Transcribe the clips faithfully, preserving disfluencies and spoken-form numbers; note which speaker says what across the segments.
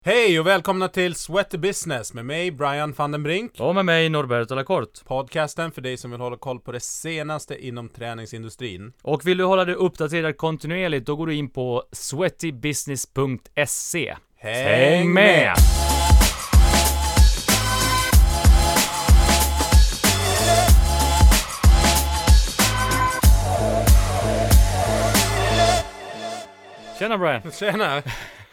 Speaker 1: Hej och välkomna till Sweaty Business med mig Brian van den Brink.
Speaker 2: Och med mig Norberto Lacorte.
Speaker 1: Podcasten för dig som vill hålla koll på det senaste inom träningsindustrin.
Speaker 2: Och vill du hålla dig uppdaterad kontinuerligt, då går du in på sweaty business punkt se.
Speaker 1: Häng med!
Speaker 2: Tjena Brian.
Speaker 1: Tjena!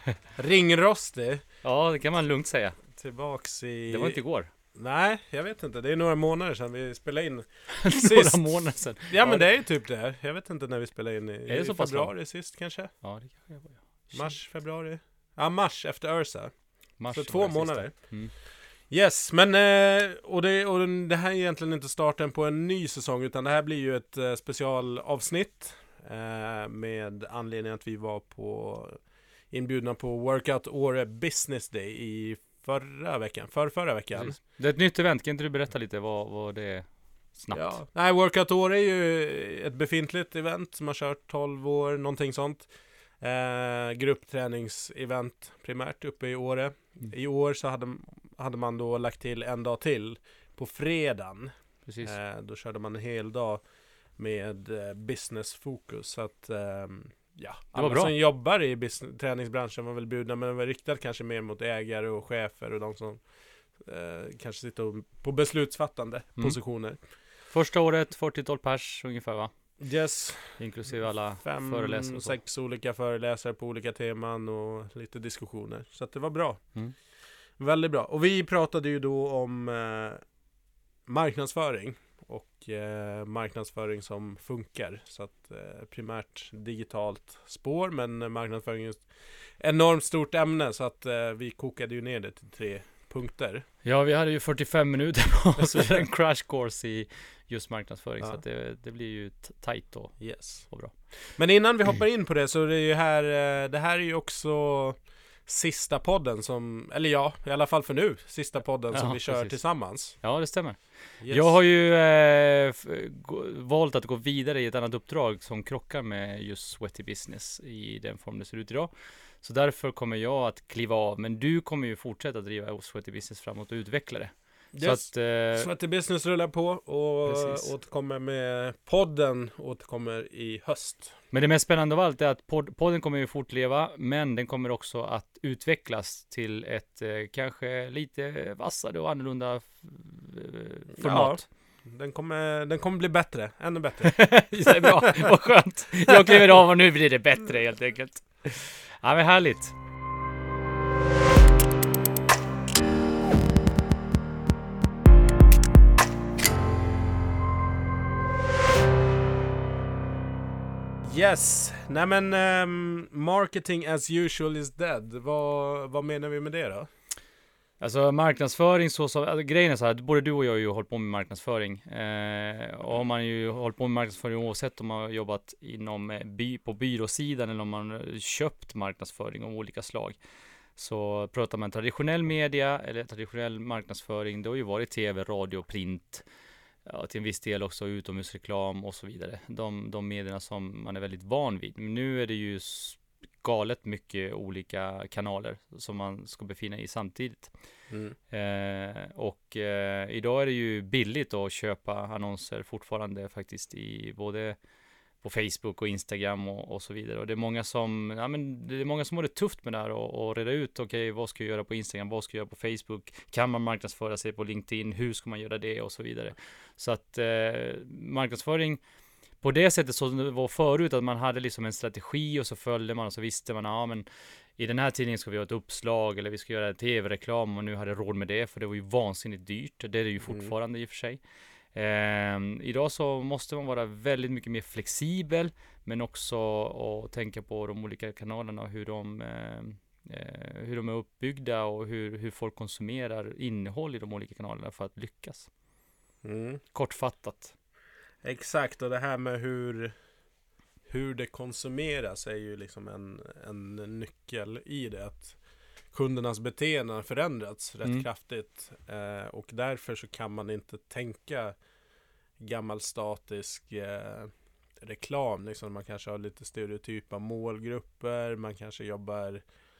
Speaker 1: Ringrostig.
Speaker 2: Ja, det kan man lugnt säga.
Speaker 1: Tillbaks i...
Speaker 2: Det var inte igår.
Speaker 1: Nej, jag vet inte. Det är några månader sedan vi spelade in.
Speaker 2: Några månader sedan.
Speaker 1: Ja, men det är ju typ det. Jag vet inte när vi spelade in. I,
Speaker 2: Är det
Speaker 1: i
Speaker 2: så pass
Speaker 1: februari sist kanske?
Speaker 2: Ja, det kanske var. Ja.
Speaker 1: Mars, februari? Ja, mars efter Ursa.
Speaker 2: Mars
Speaker 1: Så
Speaker 2: var
Speaker 1: två
Speaker 2: det
Speaker 1: månader.
Speaker 2: sista. Mm.
Speaker 1: Yes, men eh, och, det, och det här är egentligen inte starten på en ny säsong, utan det här blir ju ett eh, specialavsnitt eh, med anledning att vi var på inbjudna på Workout Åre Business Day i förra veckan, för förra veckan.
Speaker 2: Precis. Det är ett nytt event, kan inte du berätta lite vad, vad det är snabbt?
Speaker 1: Ja. Nej, Workout Åre är ju ett befintligt event som har kört tolv år, någonting sånt. Eh, gruppträningsevent primärt uppe i Åre.
Speaker 2: Mm.
Speaker 1: I år så hade, hade man då lagt till en dag till på fredagen.
Speaker 2: Precis.
Speaker 1: Eh, då körde man en hel dag med eh, businessfokus. Så att eh, ja, alla
Speaker 2: bra.
Speaker 1: som jobbar i business, träningsbranschen var väl bjudna, men det var riktat kanske mer mot ägare och chefer och de som eh, kanske sitter på beslutsfattande
Speaker 2: Mm.
Speaker 1: positioner.
Speaker 2: Första året fyrtio pers ungefär, va?
Speaker 1: Yes,
Speaker 2: Inklusive alla
Speaker 1: fem,
Speaker 2: föreläsare och så.
Speaker 1: sex olika föreläsare på olika teman och lite diskussioner. Så att det var bra.
Speaker 2: Mm.
Speaker 1: Väldigt bra. Och vi pratade ju då om eh, marknadsföring och eh, marknadsföring som funkar. Så att eh, primärt digitalt spår, men marknadsföring är ett enormt stort ämne, så att eh, vi kokade ju ner det till tre punkter.
Speaker 2: Ja, vi hade ju fyrtiofem minuter på oss för en crash course i just marknadsföring,
Speaker 1: Ja.
Speaker 2: så att det, det blir ju t- tajt och,
Speaker 1: Yes.
Speaker 2: och bra.
Speaker 1: Men innan vi hoppar in på det, så är det ju här, eh, det här är ju också sista podden som, eller ja, i alla fall för nu, sista podden som
Speaker 2: Ja,
Speaker 1: vi kör
Speaker 2: precis.
Speaker 1: tillsammans.
Speaker 2: Ja, det stämmer.
Speaker 1: Yes.
Speaker 2: Jag har ju eh, f- gå, valt att gå vidare i ett annat uppdrag som krockar med just Sweaty Business i den form det ser ut idag. Så därför kommer jag att kliva av, men du kommer ju fortsätta driva Sweaty Business framåt och utveckla det.
Speaker 1: Yes.
Speaker 2: Så att, eh,
Speaker 1: Sweaty Business rullar på och
Speaker 2: Precis.
Speaker 1: återkommer med podden, återkommer i höst.
Speaker 2: men det mest spännande av allt är att pod- podden kommer ju fortleva, men den kommer också att utvecklas till ett eh, kanske lite vassare och annorlunda f- eh, format.
Speaker 1: Den kommer, den kommer bli bättre, ännu bättre.
Speaker 2: Det är bra, vad skönt. Jag kliver av och nu blir det bättre helt enkelt. Ja, men härligt.
Speaker 1: Yes, nej men um, marketing as usual is dead. Vad, vad menar vi med det då?
Speaker 2: Alltså marknadsföring så som, alltså, grejen är så här, både du och jag har ju hållit på med marknadsföring. Eh, och man har ju hållit på med marknadsföring oavsett om man har jobbat inom eh, by, på byråsidan eller om man har köpt marknadsföring av olika slag. Så pratar man traditionell media eller traditionell marknadsföring, det har ju varit tv, radio, print, ja, till en viss del också utomhusreklam och så vidare. De, de medierna som man är väldigt van vid. Men nu är det ju galet mycket olika kanaler som man ska befinna i samtidigt.
Speaker 1: Mm.
Speaker 2: Eh, och eh, idag är det ju billigt att köpa annonser fortfarande faktiskt i både på Facebook och Instagram och, och så vidare. Och det är många som, ja, men det är många som har det tufft med det här och, och reda ut, okej, okay, vad ska jag göra på Instagram, vad ska jag göra på Facebook, kan man marknadsföra sig på LinkedIn, hur ska man göra det och så vidare. Så att eh, marknadsföring på det sättet så det var förut, att man hade liksom en strategi och så följde man och så visste man, ja men i den här tidningen ska vi ha ett uppslag eller vi ska göra tv-reklam och nu hade råd med det, för det var ju vansinnigt dyrt. Det är det ju fortfarande mm. i och för sig. Eh, idag så måste man vara väldigt mycket mer flexibel, men också att tänka på de olika kanalerna och hur de, eh, hur de är uppbyggda och hur, hur folk konsumerar innehåll i de olika kanalerna för att lyckas.
Speaker 1: Mm.
Speaker 2: Kortfattat.
Speaker 1: Exakt, och det här med hur, hur det konsumeras är ju liksom en, en nyckel i det. Att kundernas beteende har förändrats rätt mm. kraftigt. Eh, och därför så kan man inte tänka gammal statisk eh, reklam. Liksom. Man kanske har lite stereotypa målgrupper. Man kanske jobbar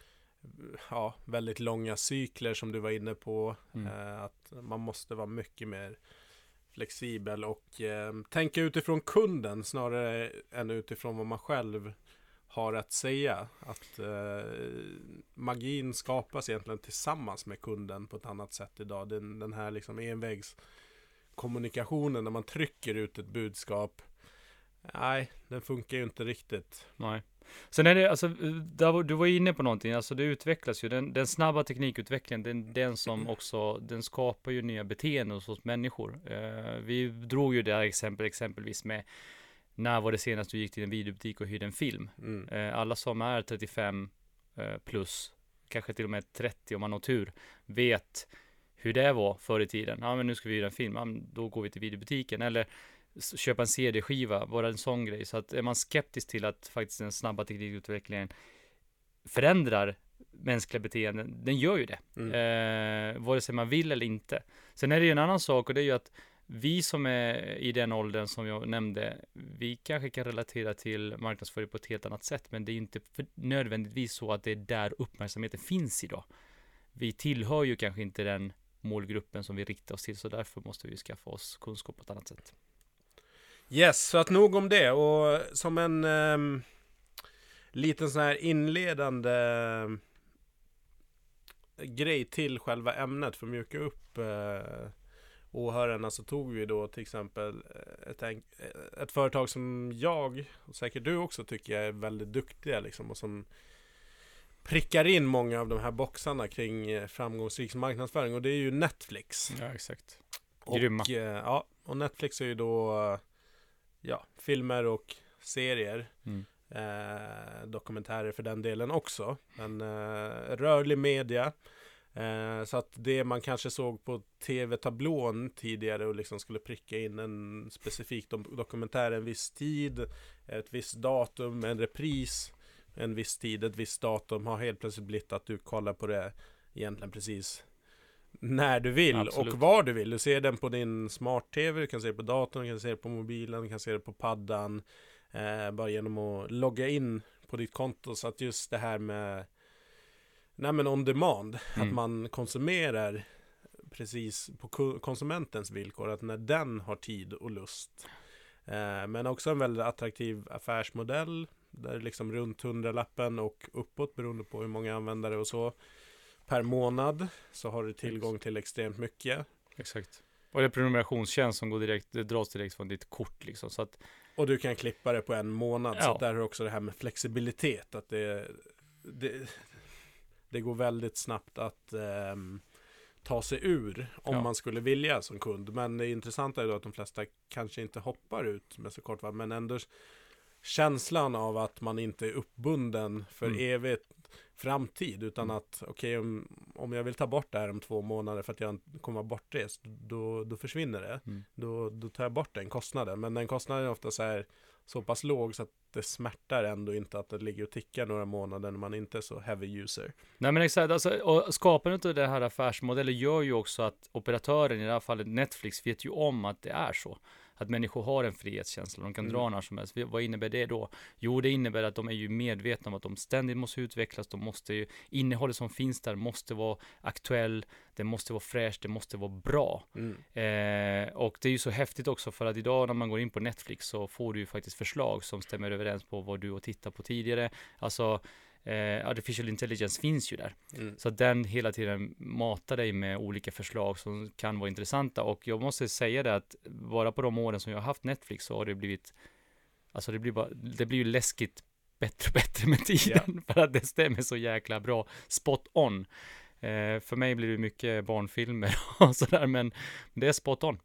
Speaker 1: ja, väldigt långa cykler som du var inne på.
Speaker 2: Mm.
Speaker 1: Eh, att man måste vara mycket mer flexibel och eh, tänka utifrån kunden snarare än utifrån vad man själv har att säga. Att eh, magin skapas egentligen tillsammans med kunden på ett annat sätt idag. Den, den här liksom envägskommunikationen när man trycker ut ett budskap. Nej, den funkar ju inte riktigt.
Speaker 2: Nej. Sen är det, alltså, där, du var inne på någonting, alltså det utvecklas ju, den, den snabba teknikutvecklingen, den, den som också, den skapar ju nya beteenden hos oss människor. Eh, vi drog ju det här exempel, exempelvis med, när var det senast du gick till en videobutik och hyrde en film?
Speaker 1: Mm.
Speaker 2: Eh, alla som är trettiofem eh, plus, kanske till och med trettio om man har tur, vet hur det var förr i tiden. Ja, men nu ska vi hyra en film, ja, men då går vi till videobutiken, eller köpa en C D-skiva, bara en sån grej. Så att är man skeptisk till att faktiskt den snabba teknikutvecklingen förändrar mänskliga beteenden, den gör ju det.
Speaker 1: Mm.
Speaker 2: Eh, vare sig man vill eller inte. Sen är det ju en annan sak, och det är ju att vi som är i den åldern som jag nämnde, vi kanske kan relatera till marknadsföring på ett helt annat sätt, men det är inte för nödvändigtvis så att det är där uppmärksamheten finns idag. Vi tillhör ju kanske inte den målgruppen som vi riktar oss till, så därför måste vi skaffa oss kunskap på ett annat sätt.
Speaker 1: Yes, så att nog om det. Och som en um, liten sån här inledande um, grej till själva ämnet för att mjuka upp uh, åhörarna, så tog vi då till exempel ett, ett företag som jag, och säkert du också, tycker jag är väldigt duktiga liksom, och som prickar in många av de här boxarna kring framgångsrik marknadsföring, och det är ju Netflix.
Speaker 2: Ja, exakt. Grymma.
Speaker 1: Och, uh, ja, och Netflix är ju då uh, ja, filmer och serier.
Speaker 2: Mm.
Speaker 1: Eh, dokumentärer för den delen också. Men eh, rörlig media. Eh, så att det man kanske såg på tv-tablån tidigare och liksom skulle pricka in en specifik do- dokumentär en viss tid, ett visst datum, en repris, en viss tid, ett visst datum, har helt plötsligt blivit att du kollar på det egentligen precis när du vill. Absolut. Och var du vill. Du ser den på din smart-tv, du kan se det på datorn, du kan se det på mobilen, du kan se det på paddan, eh, bara genom att logga in på ditt konto. Så att just det här med nej men on demand, mm. att man konsumerar precis på konsumentens villkor, att när den har tid och lust. Eh, men också en väldigt attraktiv affärsmodell, där liksom runt hundralappen och uppåt, beroende på hur många användare och så per månad, så har du tillgång till extremt mycket.
Speaker 2: Exakt. Och det är prenumerationstjänst som går direkt, det dras direkt från ditt kort liksom, så att,
Speaker 1: och du kan klippa det på en månad.
Speaker 2: Ja.
Speaker 1: Så att där har också det här med flexibilitet, att det, det, det går väldigt snabbt att eh, ta sig ur om ja. man skulle vilja som kund. Men det intressanta är då att de flesta kanske inte hoppar ut med så kort varv, men ändå känslan av att man inte är uppbunden för mm. evigt framtid, utan mm. att okej, okay, om, om jag vill ta bort det här om två månader för att jag kommer vara bortrest, då, då försvinner det. Mm. Då, då tar jag bort den kostnaden. Men den kostnaden är ofta så här så pass låg så att det smärtar ändå inte att det ligger och tickar några månader när man inte är så heavy user.
Speaker 2: Nej men exakt, alltså, och skapandet av det här affärsmodellen gör ju också att operatören, i det här fallet Netflix, vet ju om att det är så. Att människor har en frihetskänsla, de kan mm. dra när som helst. Vad innebär det då? Jo, det innebär att de är ju medvetna om att de ständigt måste utvecklas, de måste ju, innehållet som finns där måste vara aktuell, det måste vara fräscht, det måste vara bra. Mm. Eh, och det är ju så häftigt också, för att idag när man går in på Netflix så får du ju faktiskt förslag som stämmer överens på vad du har tittat på tidigare. Alltså Eh, artificial intelligence finns ju där. Mm. Så att den hela tiden matar dig med olika förslag som kan vara intressanta. Och jag måste säga det att bara på de åren som jag har haft Netflix så har det blivit, alltså det blir bara, det blir ju läskigt bättre och bättre med tiden. Yeah. För att det stämmer så jäkla bra. Spot on. Eh, för mig blir det mycket barnfilmer och sådär, men det är spot on.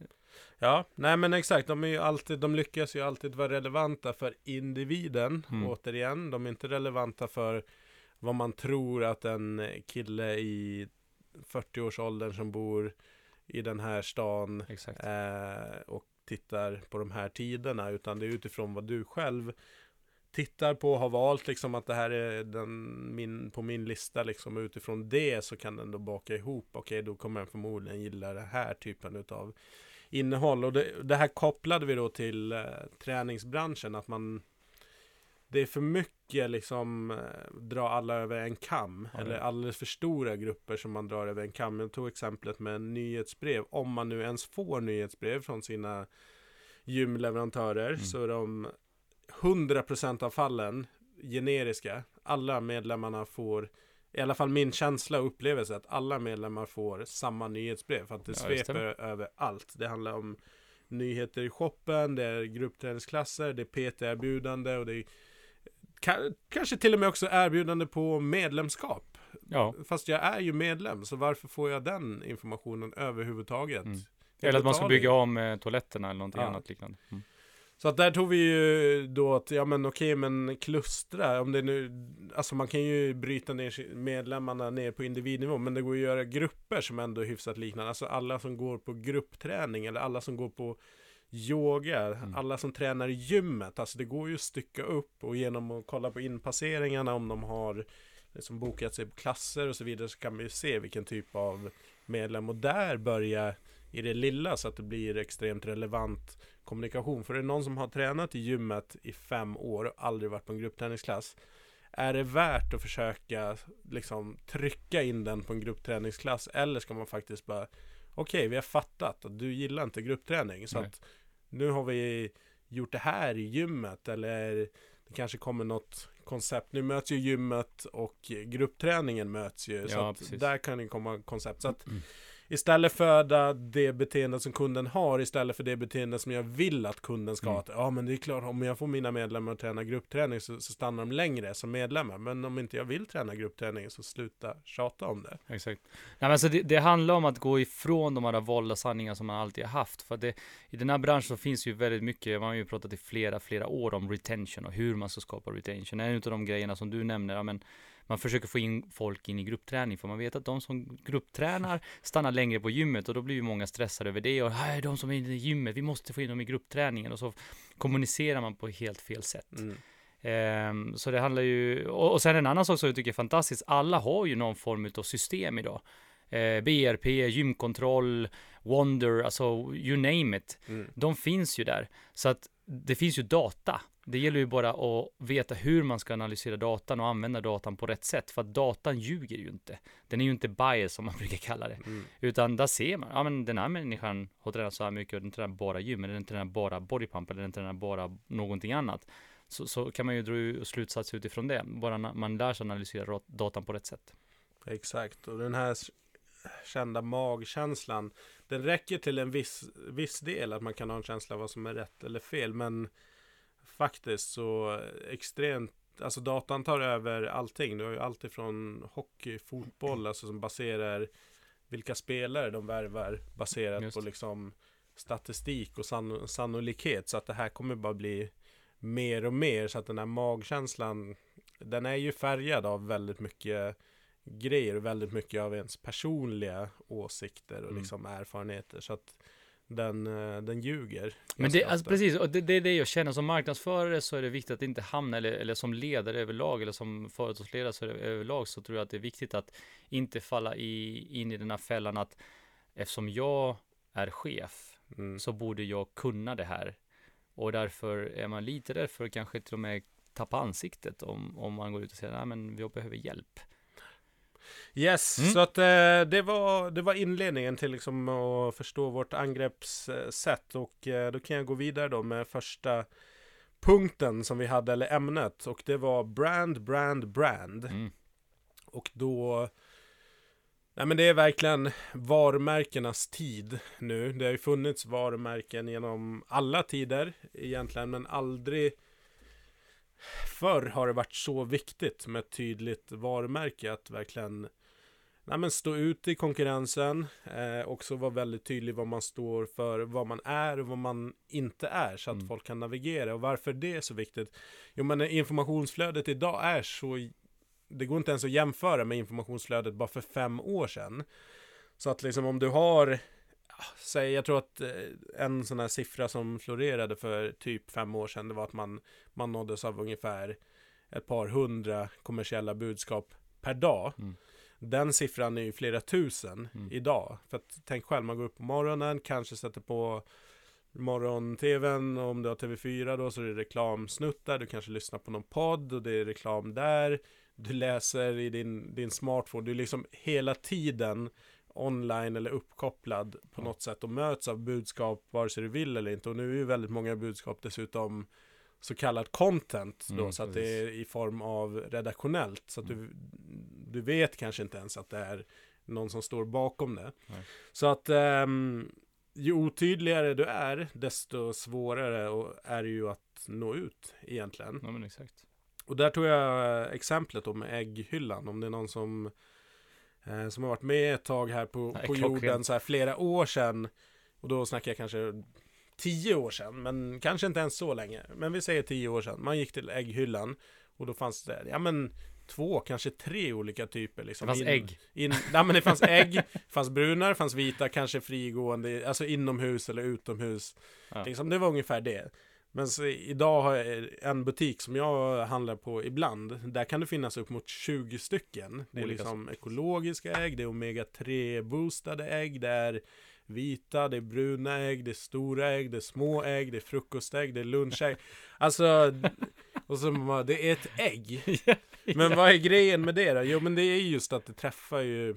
Speaker 1: Ja, nej men exakt, de är ju alltid, de lyckas ju alltid vara relevanta för individen, mm. återigen, de är inte relevanta för vad man tror att en kille i fyrtio-årsåldern som bor i den här stan eh, och tittar på de här tiderna, utan det är utifrån vad du själv tittar på, har valt liksom att det här är den, min, på min lista liksom, utifrån det så kan den då baka ihop, okej okay, då kommer jag förmodligen gilla det här typen utav innehåll. Och det, det här kopplade vi då till eh, träningsbranschen, att man det är för mycket liksom eh, dra alla över en kam.
Speaker 2: Ja,
Speaker 1: eller
Speaker 2: ja.
Speaker 1: alldeles för stora grupper som man drar över en kam. Jag tog exemplet med nyhetsbrev. Om man nu ens får nyhetsbrev från sina gymleverantörer
Speaker 2: Mm.
Speaker 1: så är de hundra procent av fallen generiska. Alla medlemmarna får, i alla fall min känsla och upplevelse, att alla medlemmar får samma nyhetsbrev. För att det
Speaker 2: Ja, det stämmer.
Speaker 1: sveper över allt. Det handlar om nyheter i shoppen, det är gruppträningsklasser, det är P T-erbjudande och det är ka- kanske till och med också erbjudande på medlemskap.
Speaker 2: Ja.
Speaker 1: Fast jag är ju medlem, så varför får jag den informationen överhuvudtaget?
Speaker 2: Mm.
Speaker 1: Jag
Speaker 2: Eller att man ska
Speaker 1: betalar
Speaker 2: bygga
Speaker 1: ju.
Speaker 2: om eh, toaletterna eller någonting
Speaker 1: Ja.
Speaker 2: annat liknande. Mm.
Speaker 1: Så att där tog vi ju då att, ja men okej, men klustra, om det nu, alltså man kan ju bryta ner medlemmarna ner på individnivå, men det går ju att göra grupper som ändå är hyfsat liknande. Alltså alla som går på gruppträning, eller alla som går på yoga,
Speaker 2: Mm.
Speaker 1: alla som tränar i gymmet, alltså det går ju att stycka upp, och genom att kolla på inpasseringarna, om de har liksom bokat sig på klasser och så vidare, så kan man ju se vilken typ av medlem, och där börja i det lilla så att det blir extremt relevant kommunikation. För det är någon som har tränat i gymmet i fem år och aldrig varit på en gruppträningsklass, är det värt att försöka liksom trycka in den på en gruppträningsklass, eller ska man faktiskt bara okej, okay, vi har fattat att du gillar inte gruppträning, så
Speaker 2: Nej.
Speaker 1: att nu har vi gjort det här i gymmet, eller det kanske kommer något koncept. Nu möts ju gymmet och gruppträningen möts ju, så
Speaker 2: Ja,
Speaker 1: att
Speaker 2: precis.
Speaker 1: där kan det komma koncept. Så att
Speaker 2: Mm.
Speaker 1: istället föda det beteende som kunden har, istället för det beteende som jag vill att kunden ska ha.
Speaker 2: Mm.
Speaker 1: Att, ja, men det är klart, om jag får mina medlemmar att träna gruppträning så, så stannar de längre som medlemmar. Men om inte jag vill träna gruppträning, så sluta tjata om det.
Speaker 2: Exakt. Nej, men alltså det, det handlar om att gå ifrån de här valda sanningar som man alltid har haft. För det, i den här branschen så finns ju väldigt mycket, man har ju pratat i flera, flera år om retention och hur man ska skapa retention. En av de grejerna som du nämner, ja, men man försöker få in folk in i gruppträning, för man vet att de som grupptränar stannar längre på gymmet, och då blir ju många stressade över det, och här är de som är inne i gymmet, vi måste få in dem i gruppträningen, och så kommunicerar man på helt fel sätt.
Speaker 1: Mm.
Speaker 2: Ehm, så det handlar ju, och, och sen en annan sak som jag tycker är fantastiskt, alla har ju någon form av system idag. Eh, B R P, gymkontroll, Wonder, alltså you name it.
Speaker 1: Mm.
Speaker 2: De finns ju där. Så att det finns ju data. Det gäller ju bara att veta hur man ska analysera datan och använda datan på rätt sätt. För att datan ljuger ju inte. Den är ju inte bias, som man brukar kalla det.
Speaker 1: Mm.
Speaker 2: Utan där ser man, ja men den här människan har tränat så här mycket, och den tränar bara gym, eller den tränar bara bodypump, eller den tränar bara någonting annat. Så, så kan man ju dra slutsats utifrån det. Bara na- man lär sig analysera datan på rätt sätt.
Speaker 1: Exakt, och den här kända magkänslan, den räcker till en viss, viss del, att man kan ha en känsla av vad som är rätt eller fel, men faktiskt så extremt, alltså datan tar över allting. Du har ju allt ifrån hockey, fotboll, alltså som baserar vilka spelare de värvar baserat
Speaker 2: Just.
Speaker 1: på liksom statistik och sann- sannolikhet, så att det här kommer bara bli mer och mer, så att den här magkänslan, den är ju färgad av väldigt mycket grejer och väldigt mycket av ens personliga åsikter och
Speaker 2: Mm.
Speaker 1: liksom erfarenheter, så att den, eh, den ljuger.
Speaker 2: Men
Speaker 1: ganska
Speaker 2: det, alltså
Speaker 1: ofta.
Speaker 2: precis, och det, det är det jag känner som marknadsförare, så är det viktigt att inte hamna, eller, eller som ledare överlag, eller som företagsledare så är det överlag, så tror jag att det är viktigt att inte falla i, in i den här fällan att eftersom jag är chef
Speaker 1: Mm.
Speaker 2: så borde jag kunna det här, och därför är man lite rädd för kanske till och med tappa ansiktet om, om man går ut och säger nej men jag behöver hjälp.
Speaker 1: Yes,
Speaker 2: Mm.
Speaker 1: så att eh, det, var, det var inledningen till liksom att förstå vårt angreppssätt, och eh, då kan jag gå vidare då med första punkten som vi hade, eller ämnet, och det var brand, brand, brand.
Speaker 2: Mm.
Speaker 1: Och då, nej men det är verkligen varumärkenas tid nu. Det har ju funnits varumärken genom alla tider egentligen, men aldrig förr har det varit så viktigt med ett tydligt varumärke, att verkligen nej men stå ut i konkurrensen, eh, också vara väldigt tydlig vad man står för, vad man är och vad man inte är, så att
Speaker 2: Mm.
Speaker 1: folk kan navigera. Och varför det är så viktigt? Jo, men informationsflödet idag är så, det går inte ens att jämföra med informationsflödet bara för fem år sedan. Så att liksom om du har, säg, jag tror att eh, en sån här siffra som florerade för typ fem år sedan, det var att man, man nåddes av ungefär ett par hundra kommersiella budskap per dag.
Speaker 2: Mm.
Speaker 1: Den siffran är ju flera tusen
Speaker 2: Mm.
Speaker 1: idag. För att tänk själv, man går upp på morgonen, kanske sätter på morgon-tvn, om du har T V fyra då så är det reklamsnuttar, du kanske lyssnar på någon podd och det är reklam där, du läser i din, din smartphone, du är liksom hela tiden online eller uppkopplad på
Speaker 2: Ja.
Speaker 1: något sätt och möts av budskap vare sig du vill eller inte, och nu är ju väldigt många budskap dessutom så kallat content då,
Speaker 2: Mm,
Speaker 1: så att
Speaker 2: precis.
Speaker 1: det är i form av redaktionellt, så att du, du vet kanske inte ens att det är någon som står bakom det.
Speaker 2: Nej.
Speaker 1: Så att um, ju otydligare du är, desto svårare och är det ju att nå ut egentligen.
Speaker 2: Ja, men exakt.
Speaker 1: Och där tog jag exemplet om ägghyllan, om det är någon som eh, som har varit med ett tag här på,
Speaker 2: Nej,
Speaker 1: på
Speaker 2: klockrent.
Speaker 1: jorden så här flera år sedan, och då snackar jag kanske tio år sedan, men kanske inte ens så länge, men vi säger tio år sedan, man gick till ägghyllan och då fanns det, ja men två, kanske tre olika typer liksom.
Speaker 2: Det fanns
Speaker 1: in,
Speaker 2: ägg.
Speaker 1: In, nej men det fanns ägg, fanns bruna, det fanns vita, kanske frigående, alltså inomhus eller utomhus.
Speaker 2: Ja.
Speaker 1: Liksom, det var ungefär det. Men så, idag har jag en butik som jag handlar på ibland, där kan det finnas upp mot tjugo stycken. Det är
Speaker 2: Olika
Speaker 1: liksom
Speaker 2: sorter.
Speaker 1: ekologiska ägg, det är omega tre boostade ägg, det är vita, det är bruna ägg, det är stora ägg, det är små ägg, det är frukostägg, det är lunchägg. Alltså, och så, bara, det är ett ägg. Men vad är grejen med det då? Jo, men det är just att det träffar ju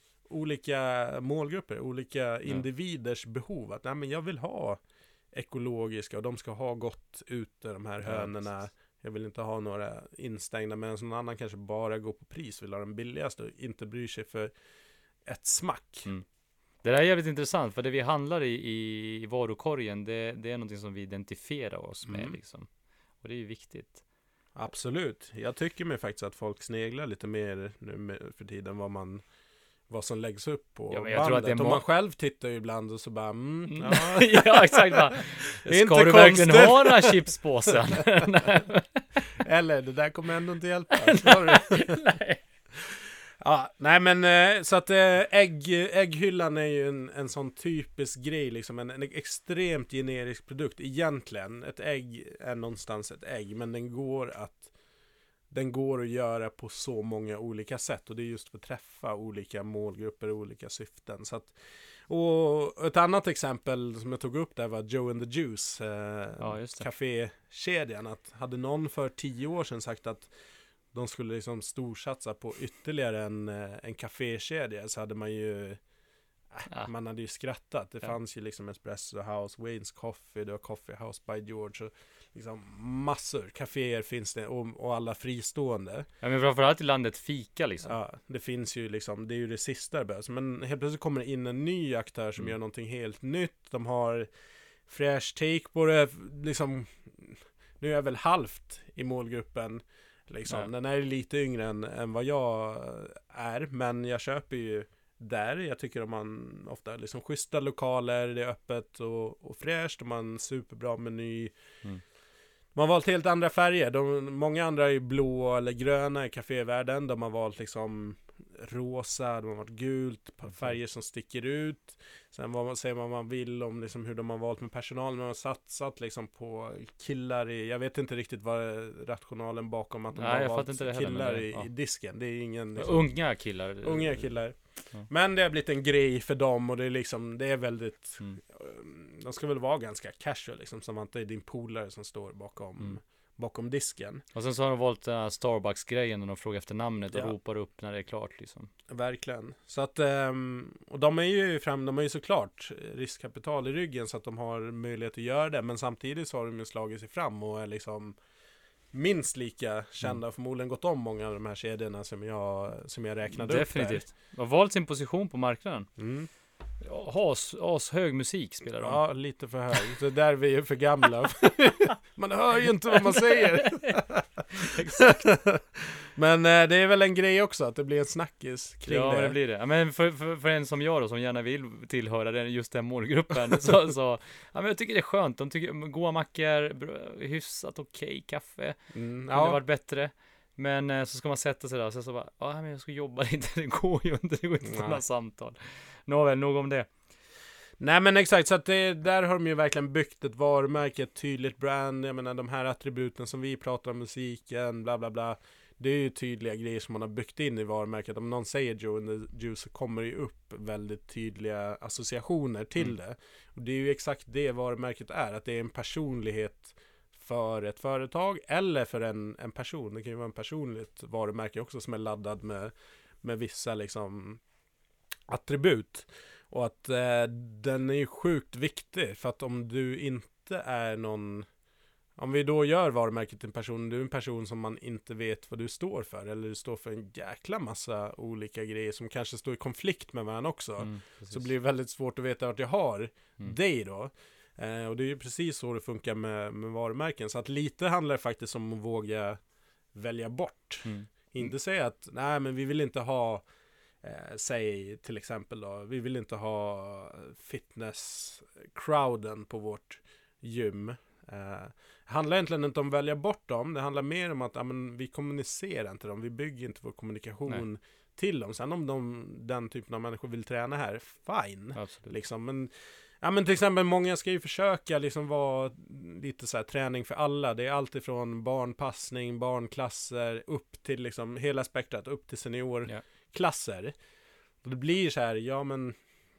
Speaker 1: olika målgrupper, olika individers behov. Att nej, men jag vill ha ekologiska och de ska ha gått ute, de här
Speaker 2: Ja,
Speaker 1: hönorna.
Speaker 2: precis.
Speaker 1: Jag vill inte ha några instängda, men någon annan kanske bara går på pris, vill ha den billigaste och inte bryr sig för ett smack.
Speaker 2: Mm. Det där är jävligt intressant, för det vi handlar i, i varukorgen, det, det är någonting som vi identifierar oss med
Speaker 1: Mm.
Speaker 2: liksom. Och det är ju viktigt.
Speaker 1: Absolut. Jag tycker mig faktiskt att folk sneglar lite mer nu med- för tiden vad man vad som läggs upp på
Speaker 2: Ja, men jag tror
Speaker 1: bandet.
Speaker 2: att det är
Speaker 1: Och
Speaker 2: må-
Speaker 1: man själv tittar ju ibland och så bara mm,
Speaker 2: Mm.
Speaker 1: ja.
Speaker 2: Ja, exakt. Va?
Speaker 1: Det är
Speaker 2: Ska
Speaker 1: inte
Speaker 2: du verkligen
Speaker 1: konstigt.
Speaker 2: ha den här chipspåsen? Nej.
Speaker 1: Eller det där kommer ändå inte hjälpa. Sorry.
Speaker 2: Nej.
Speaker 1: Ja, nej men eh, så att eh, ägg, ägghyllan är ju en, en sån typisk grej liksom, en, en extremt generisk produkt egentligen. Ett ägg är någonstans ett ägg, men den går att den går att göra på så många olika sätt, och det är just för att träffa olika målgrupper och olika syften. Så att, och ett annat exempel som jag tog upp där var Joe and the Juice, eh,
Speaker 2: Ja, just det.
Speaker 1: kafékedjan. Att hade någon för tio år sedan sagt att de skulle liksom storsatsa på ytterligare en, eh, en kafékedja, så hade man ju äh,
Speaker 2: Ja.
Speaker 1: man hade ju skrattat. Det
Speaker 2: Ja.
Speaker 1: fanns ju liksom Espresso House, Wayne's Coffee, det var Coffee House by George, och liksom massor kaféer finns det, och, och alla fristående.
Speaker 2: Ja, men framförallt i landet fika liksom.
Speaker 1: Ja, det finns ju liksom, det är ju det sista det behövs. Men helt plötsligt kommer det in en ny aktör som
Speaker 2: Mm.
Speaker 1: gör någonting helt nytt. De har fräsch take på det, liksom. Nu är jag väl halvt i målgruppen liksom.
Speaker 2: Ja.
Speaker 1: Den är lite yngre än, än vad jag är, men jag köper ju där. Jag tycker att man ofta liksom schyssta lokaler, det är öppet och, och fräscht, och man superbra meny.
Speaker 2: Mm.
Speaker 1: Man har valt helt andra färger. De, många andra är blå eller gröna i kafévärlden. De har valt liksom rosa, de har varit gult, färger som sticker ut. Sen vad man säger vad man vill om liksom hur de har valt med personal. Men de har satsat liksom på killar i, jag vet inte riktigt vad är rationalen bakom att de
Speaker 2: Nej,
Speaker 1: har
Speaker 2: jag fattar
Speaker 1: valt
Speaker 2: inte det heller, men
Speaker 1: killar
Speaker 2: det-
Speaker 1: i,
Speaker 2: ja.
Speaker 1: i disken. Det är ingen liksom,
Speaker 2: Unga killar.
Speaker 1: unga killar.
Speaker 2: Ja.
Speaker 1: Men det har blivit en grej för dem, och det är liksom, det är väldigt
Speaker 2: Mm.
Speaker 1: um, de ska väl vara ganska casual liksom, som att det är din polare som står bakom
Speaker 2: Mm.
Speaker 1: bakom disken.
Speaker 2: Och sen så har de valt den här Starbucks-grejen när de frågar efter namnet och
Speaker 1: Ja.
Speaker 2: ropar upp när det är klart liksom.
Speaker 1: Verkligen. Så att um, och de är ju fram, de är ju såklart riskkapital i ryggen, så att de har möjlighet att göra det, men samtidigt så har de ju slagit sig fram och är liksom minst lika kända,
Speaker 2: Mm.
Speaker 1: förmodligen gått om många av de här kedjorna som jag som jag räknade
Speaker 2: Definitivt. De har valt sin position på marknaden.
Speaker 1: upp där. Mm.
Speaker 2: Has, as hög musik spelar de.
Speaker 1: Ja, lite för hög. Så där vi är för gamla. Man hör ju inte vad man säger.
Speaker 2: Exakt.
Speaker 1: Men eh, det är väl en grej också, att det blir en snackis kring
Speaker 2: Ja,
Speaker 1: det.
Speaker 2: men det blir det. Ja, men för, för, för en som jag då, som gärna vill tillhöra den, just den målgruppen, så, så ja, men jag tycker det är skönt. De tycker goda mackor, br- hyfsat okej kaffe.
Speaker 1: Mm,
Speaker 2: Det hade
Speaker 1: ja.
Speaker 2: varit bättre. Men eh, så ska man sätta sig där och så, så bara, ja men jag ska jobba lite, det går ju inte, det går inte
Speaker 1: Nej.
Speaker 2: några samtal. Nåväl, nog om det.
Speaker 1: Nej men exakt, så att det, där har de ju verkligen byggt ett varumärke, ett tydligt brand. Jag menar de här attributen som vi pratar om, musiken, bla bla bla. Det är ju tydliga grejer som man har byggt in i varumärket. Om någon säger Joe and the Juice så kommer det ju upp väldigt tydliga associationer till mm. det. Och det är ju exakt det varumärket är. Att det är en personlighet för ett företag eller för en, en person. Det kan ju vara en personligt varumärke också som är laddad med, med vissa liksom attribut. Och att eh, den är ju sjukt viktig. För att om du inte är någon... Om vi då gör varumärket till en person, du är en person som man inte vet vad du står för. Eller du står för en jäkla massa olika grejer som kanske står i konflikt med varandra också. Mm, så blir det väldigt svårt att veta vart jag har mm. dig då. Eh, och det är ju precis så det funkar med, med varumärken. Så att lite handlar det faktiskt om att våga välja bort. Mm. Inte säga att, nej men vi vill inte ha, eh, säg till exempel då, vi vill inte ha fitness-crowden på vårt gym. Uh, det handlar egentligen inte om att välja bort dem. Det handlar mer om att ja, men, vi kommunicerar inte dem. Vi bygger inte vår kommunikation Nej. till dem. Sen om de, den typen av människor vill träna här, fine. Liksom. Men, ja, men till exempel många ska ju försöka liksom vara lite så här träning för alla. Det är allt ifrån barnpassning, barnklasser upp till liksom hela spektrat, upp till seniorklasser. Yeah. Och det blir så här, ja men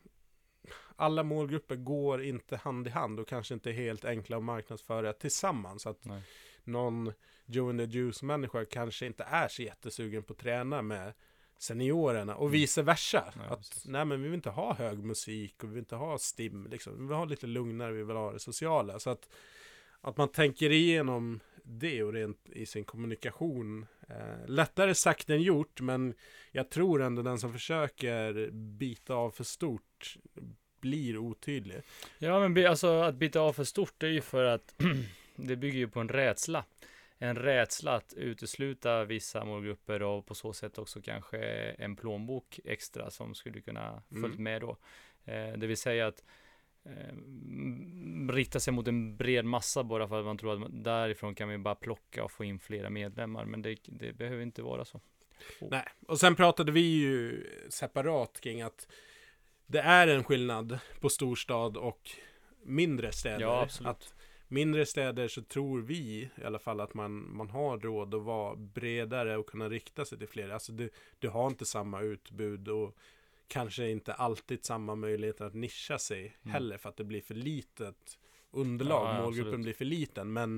Speaker 1: alla målgrupper går inte hand i hand och kanske inte är helt enkla att marknadsföra tillsammans. Så att Nej. någon Joe and the Juice-människa kanske inte är så jättesugen på att träna med seniorerna och mm. vice versa. Nej, att, nej, men vi vill inte ha hög musik och vi vill inte ha stim. Liksom. Vi vill ha lite lugnare, vi vill ha det sociala. Så att, att man tänker igenom det och rent i sin kommunikation. Eh, lättare sagt än gjort, men jag tror ändå den som försöker bita av för stort blir otydlig.
Speaker 2: Ja, men alltså att bita av för stort är ju för att det bygger ju på en rädsla. En rädsla att utesluta vissa målgrupper och på så sätt också kanske en plånbok extra som skulle kunna följt mm. med då. Eh, det vill säga att eh, rikta sig mot en bred massa bara för att man tror att man, därifrån kan vi bara plocka och få in flera medlemmar. Men det, det behöver inte vara så.
Speaker 1: Oh. Nej, och sen pratade vi ju separat kring att det är en skillnad på storstad och mindre städer.
Speaker 2: Ja, absolut.
Speaker 1: Att mindre städer så tror vi i alla fall att man, man har råd att vara bredare och kunna rikta sig till fler. Alltså du, du har inte samma utbud och kanske inte alltid samma möjlighet att nischa sig mm. heller för att det blir för litet underlag. Ja, målgruppen absolut. Blir för liten, men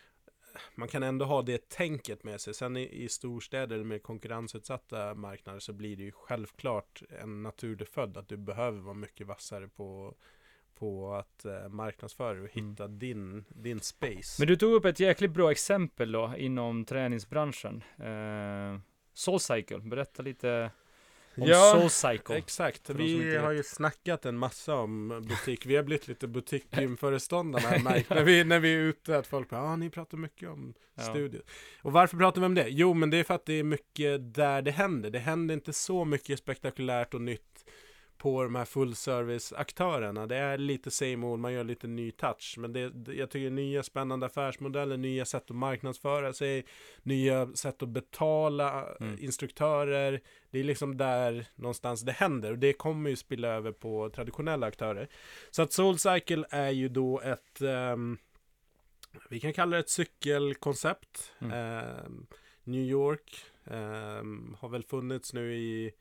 Speaker 1: man kan ändå ha det tänket med sig. Sen i, i storstäder med konkurrensutsatta marknader så blir det ju självklart en naturlig född att du behöver vara mycket vassare på, på att eh, marknadsföra och hitta mm. din, din space.
Speaker 2: Men du tog upp ett jäkligt bra exempel då inom träningsbranschen. Eh, SoulCycle, berätta lite om
Speaker 1: ja,
Speaker 2: SoulCycle.
Speaker 1: Exakt, vi har ju snackat en massa om butik. Vi har blivit lite butikgymföreståndarna här märkt när vi, när vi är ute att folk bara, ah, ni pratar mycket om ja. studier. Och varför pratar vi om det? Jo, men det är för att det är mycket där det händer. Det händer inte så mycket spektakulärt och nytt på de här fullservice-aktörerna. Det är lite same old, man gör lite ny touch. Men det, jag tycker nya spännande affärsmodeller, nya sätt att marknadsföra sig, nya sätt att betala mm. instruktörer. Det är liksom där någonstans det händer. Och det kommer ju spilla över på traditionella aktörer. Så att SoulCycle är ju då ett, um, vi kan kalla det ett cykelkoncept. Mm. Um, New York um, har väl funnits nu i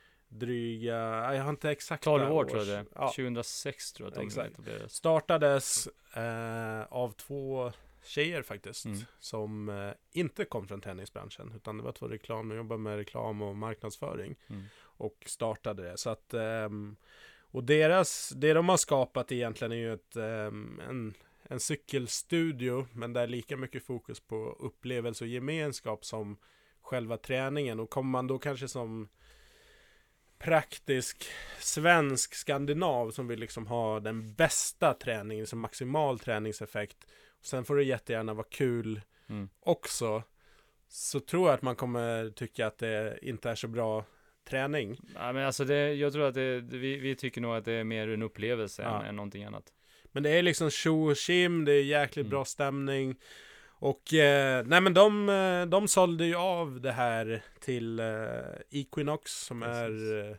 Speaker 1: dryga, jag har inte exakt
Speaker 2: tolv år tror jag det. Ja. tjugohundrasex tror jag att de
Speaker 1: etablerades. Startades eh, av två tjejer faktiskt mm. som eh, inte kom från tennisbranschen utan det var två reklam, de jobbade med reklam och marknadsföring mm. och startade det. Så att eh, och deras, det de har skapat egentligen är ju ett, eh, en, en cykelstudio men där är lika mycket fokus på upplevelse och gemenskap som själva träningen. Och kommer man då kanske som praktisk svensk skandinav som vill liksom ha den bästa träningen, som maximal träningseffekt. Och sen får det jättegärna vara kul mm. också. Så tror jag att man kommer tycka att det inte är så bra träning.
Speaker 2: Ja, men alltså det, jag tror att det, vi, vi tycker nog att det är mer en upplevelse ja. än, än någonting annat. Men
Speaker 1: det är liksom tjo och tjim, det är jäkligt mm. bra stämning. Och eh, nej men de, de sålde ju av det här till eh, Equinox som Precis. är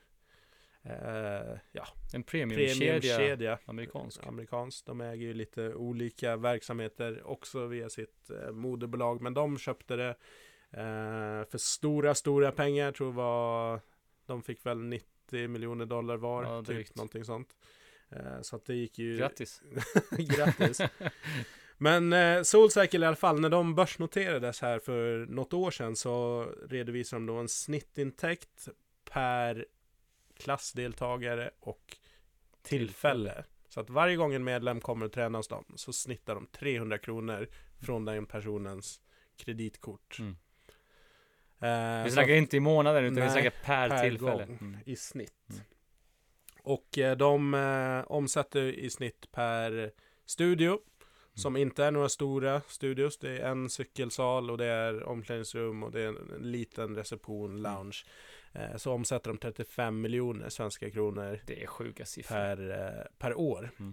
Speaker 1: eh, ja,
Speaker 2: en premiumkedja,
Speaker 1: premium
Speaker 2: amerikansk.
Speaker 1: amerikansk. De äger ju lite olika verksamheter också via sitt eh, moderbolag, men de köpte det Eh, för stora, stora pengar, tror jag var, de fick väl nittio miljoner dollar var,
Speaker 2: Ja,
Speaker 1: typ någonting sånt. Eh, så att det gick ju...
Speaker 2: Grattis!
Speaker 1: Grattis! Men eh, SoulCycle i alla fall, när de börsnoterades här för något år sedan så redovisade de då en snittintäkt per klassdeltagare och tillfälle. Så att varje gång en medlem kommer och tränar hos dem så snittar de trehundra kronor från den personens kreditkort.
Speaker 2: Mm.
Speaker 1: Eh,
Speaker 2: Vi snackar inte i månaden utan
Speaker 1: nej,
Speaker 2: vi snackar per,
Speaker 1: per
Speaker 2: tillfälle.
Speaker 1: gång
Speaker 2: Mm.
Speaker 1: i snitt.
Speaker 2: Mm.
Speaker 1: Och eh, de eh, omsätter i snitt per studio, mm. som inte är några stora studios. Det är en cykelsal och det är omklädningsrum och det är en, en liten reception, lounge. Eh, så omsätter de trettiofem miljoner svenska kronor.
Speaker 2: Det är sjuka siffror.
Speaker 1: Per, eh, per år.
Speaker 2: Mm.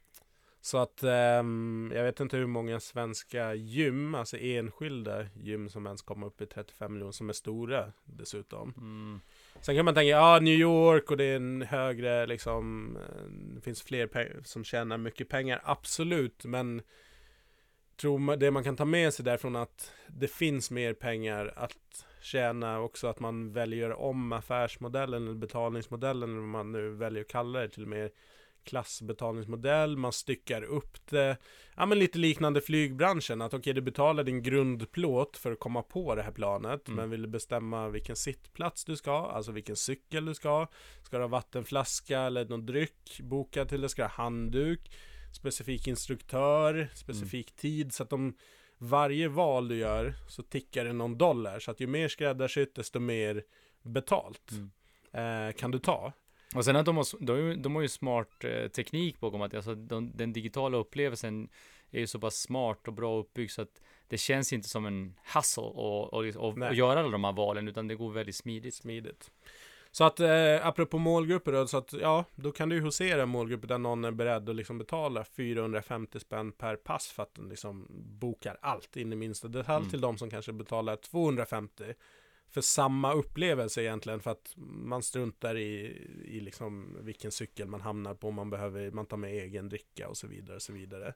Speaker 1: Så att ehm, jag vet inte hur många svenska gym, alltså enskilda gym som ens kommer upp i trettiofem miljoner, som är stora dessutom.
Speaker 2: Mm.
Speaker 1: Sen kan man tänka, ja, New York och det är en högre liksom, det finns fler pe- som tjänar mycket pengar, absolut, men tror man, det man kan ta med sig därifrån att det finns mer pengar att tjäna också, att man väljer om affärsmodellen eller betalningsmodellen, eller vad man nu väljer att kalla det, till mer klassbetalningsmodell, man styckar upp det, ja men lite liknande flygbranschen, att okej, okay, du betalar din grundplåt för att komma på det här planet, mm. men vill du bestämma vilken sittplats du ska, alltså vilken cykel du ska, ska du ha vattenflaska eller någon dryck boka till det, ska du ha handduk, specifik instruktör, specifik mm. tid, så att de, varje val du gör så tickar det någon dollar, så att ju mer skräddarsytt desto mer betalt mm. eh, kan du ta.
Speaker 2: Och sen att de har, de, de har ju smart eh, teknik bakom att alltså, de, den digitala upplevelsen är ju så pass smart och bra uppbyggd så att det känns inte som en hustle och, och, och, och göra alla de här valen, utan det går väldigt smidigt.
Speaker 1: smidigt. Så att eh, apropå målgrupper då, så att ja, då kan du ju husera målgrupper där någon är beredd att liksom betala fyrahundrafemtio spänn per pass för att den liksom bokar allt in i minsta detalj mm. till de som kanske betalar tvåhundrafemtio för samma upplevelse egentligen, för att man struntar i, i liksom vilken cykel man hamnar på, man behöver, man tar med egen dricka och så vidare och så vidare.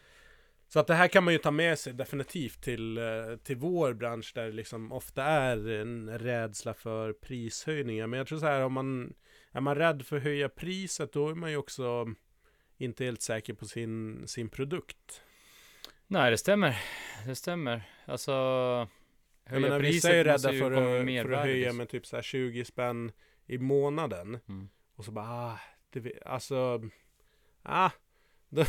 Speaker 1: Så att det här kan man ju ta med sig definitivt till, till vår bransch, där det liksom ofta är en rädsla för prishöjningar. Men jag tror så här, om man är man rädd för att höja priset, då är man ju också inte helt säker på sin, sin produkt.
Speaker 2: Nej, det stämmer. Det stämmer. Alltså...
Speaker 1: Jag menar, vissa är ju rädda för, att, för att höja med typ så här tjugo spänn i månaden. Mm. Och så bara, ah, det, alltså, ah, då,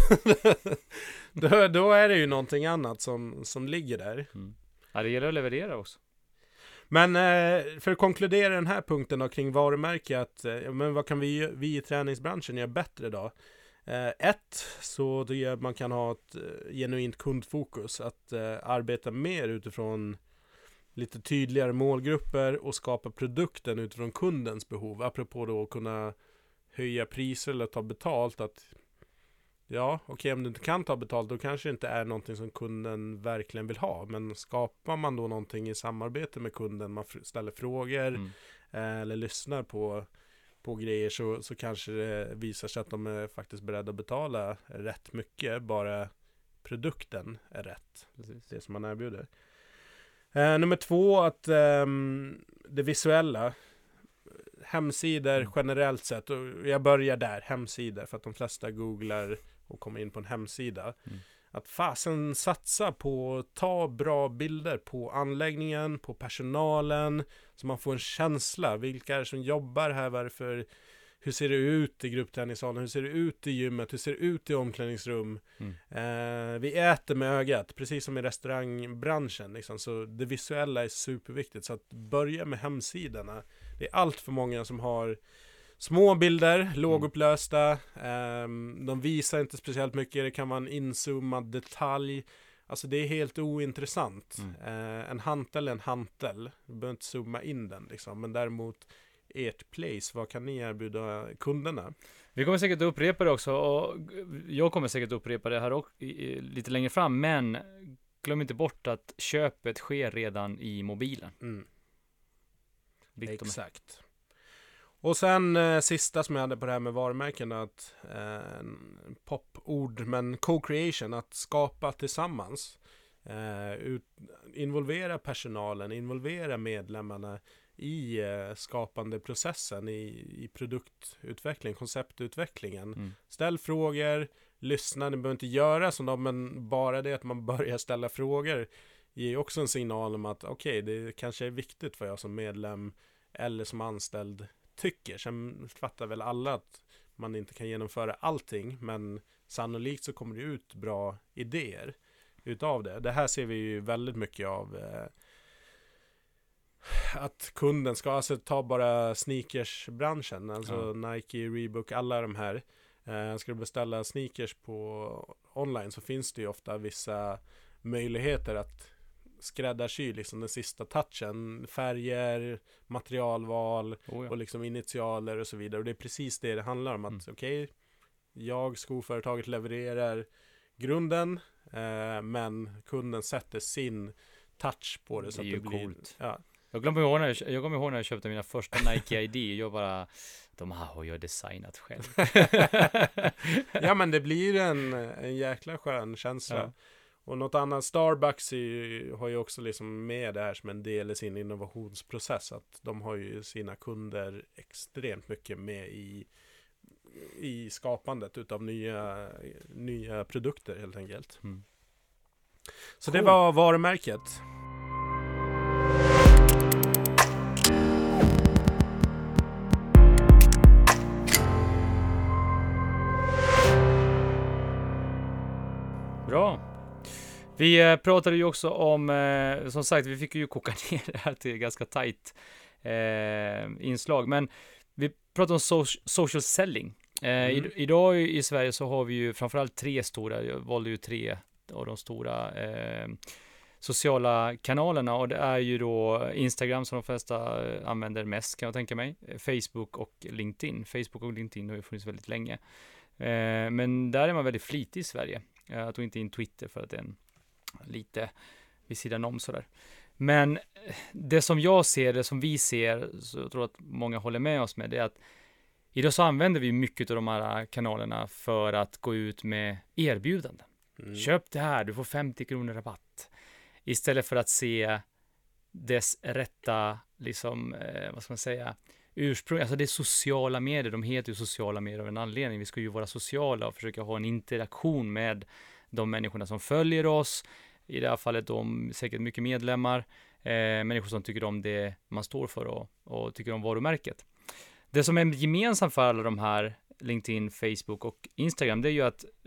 Speaker 1: då, då är det ju någonting annat som, som ligger där.
Speaker 2: Mm. Ja, det gäller att leverera också.
Speaker 1: Men eh, för att konkludera den här punkten då, kring varumärke, att, eh, men vad kan vi, vi i träningsbranschen göra bättre då? Eh, ett, så det man kan ha ett eh, genuint kundfokus, att eh, arbeta mer utifrån lite tydligare målgrupper och skapa produkten utifrån kundens behov. Apropå då att kunna höja priser eller ta betalt, att ja, okej, okay, om du inte kan ta betalt, då kanske det inte är någonting som kunden verkligen vill ha. Men skapar man då någonting i samarbete med kunden, man ställer frågor mm. eh, eller lyssnar på, på grejer, så, så kanske det visar sig att de är faktiskt beredda att betala rätt mycket, bara produkten är rätt. Precis. Det som man erbjuder. Uh, nummer två, att um, det visuella, hemsidor mm. generellt sett, och jag börjar där, hemsidor, för att de flesta googlar och kommer in på en hemsida. Mm. Att fasen satsa på att ta bra bilder på anläggningen, på personalen, så man får en känsla, vilka är det som jobbar här, varför, hur ser det ut i gruppträningssalen, hur ser det ut i gymmet, hur ser det ut i omklädningsrum. Mm. Eh, vi äter med ögat, precis som i restaurangbranschen liksom. Så det visuella är superviktigt, så att börja med hemsidorna. Det är allt för många som har små bilder, lågupplösta, eh, de visar inte speciellt mycket, det kan vara en inzoomad detalj. Alltså det är helt ointressant. Mm. Eh, en hantel är en hantel, du behöver inte zooma in den liksom, men däremot ert place, vad kan ni erbjuda kunderna?
Speaker 2: Vi kommer säkert upprepa det också, och jag kommer säkert upprepa det här också, lite längre fram, men glöm inte bort att köpet sker redan i mobilen. Mm.
Speaker 1: Exakt. Och sen eh, sista som jag hade på det här med varumärken, att eh, popord, men co-creation, att skapa tillsammans. Eh, ut, involvera personalen, involvera medlemmarna i eh, skapande processen, i, i produktutveckling, konceptutvecklingen.
Speaker 2: Mm.
Speaker 1: Ställ frågor, lyssna, ni behöver inte göra som dem, men bara det att man börjar ställa frågor ger också en signal om att okej, okay, det kanske är viktigt för jag som medlem eller som anställd tycker. Sen fattar väl alla att man inte kan genomföra allting, men sannolikt så kommer det ut bra idéer utav det. Det här ser vi ju väldigt mycket av, eh, att kunden ska, alltså ta bara sneakersbranschen, alltså ja. Nike, Reebok, alla de här. Eh, ska du beställa sneakers på online så finns det ju ofta vissa möjligheter att skräddarsy liksom den sista touchen, färger, materialval oh ja. och liksom initialer och så vidare. Och det är precis det det handlar om, att mm. okej, okay, jag, skoföretaget levererar grunden, eh, men kunden sätter sin touch på det,
Speaker 2: det
Speaker 1: så
Speaker 2: är
Speaker 1: att
Speaker 2: ju
Speaker 1: det blir
Speaker 2: coolt.
Speaker 1: Ja.
Speaker 2: Jag glömmer ihåg när jag, jag, kommer ihåg när jag köpte mina första Nike I D. Jag bara, de här har jag designat själv.
Speaker 1: Ja, men det blir en, en jäkla skön känsla. Ja. Och något annat, Starbucks är ju, har ju också liksom med det här som en del i sin innovationsprocess. Att de har ju sina kunder extremt mycket med i, i skapandet utav nya, nya produkter helt enkelt. Mm. Så cool. Det var varumärket.
Speaker 2: Bra. Vi eh, pratade ju också om, eh, som sagt, vi fick ju koka ner det här till ganska tajt eh, inslag, men vi pratade om so- social selling. Eh, mm. i, idag i, i Sverige så har vi ju framförallt tre stora, jag valde ju tre av de stora eh, sociala kanalerna, och det är ju då Instagram som de flesta använder mest, kan jag tänka mig, Facebook och LinkedIn. Facebook och LinkedIn har ju funnits väldigt länge. Eh, men där är man väldigt flitig i Sverige. Jag tog inte in Twitter för att det är en lite vid sidan om sådär. Men det som jag ser, det som vi ser, så jag tror att många håller med oss med, det är att idag så använder vi mycket av de här kanalerna för att gå ut med erbjudanden. Mm. Köp det här, du får femtio kronor rabatt. Istället för att se dess rätta, liksom, eh, vad ska man säga, ursprung. Alltså det är sociala medier, de heter ju sociala medier av en anledning. Vi ska ju vara sociala och försöka ha en interaktion med de människorna som följer oss. I det här fallet de säkert mycket medlemmar, eh, människor som tycker om det man står för och, och tycker om varumärket. Det som är gemensamt för alla de här, LinkedIn, Facebook och Instagram, det är ju att eh,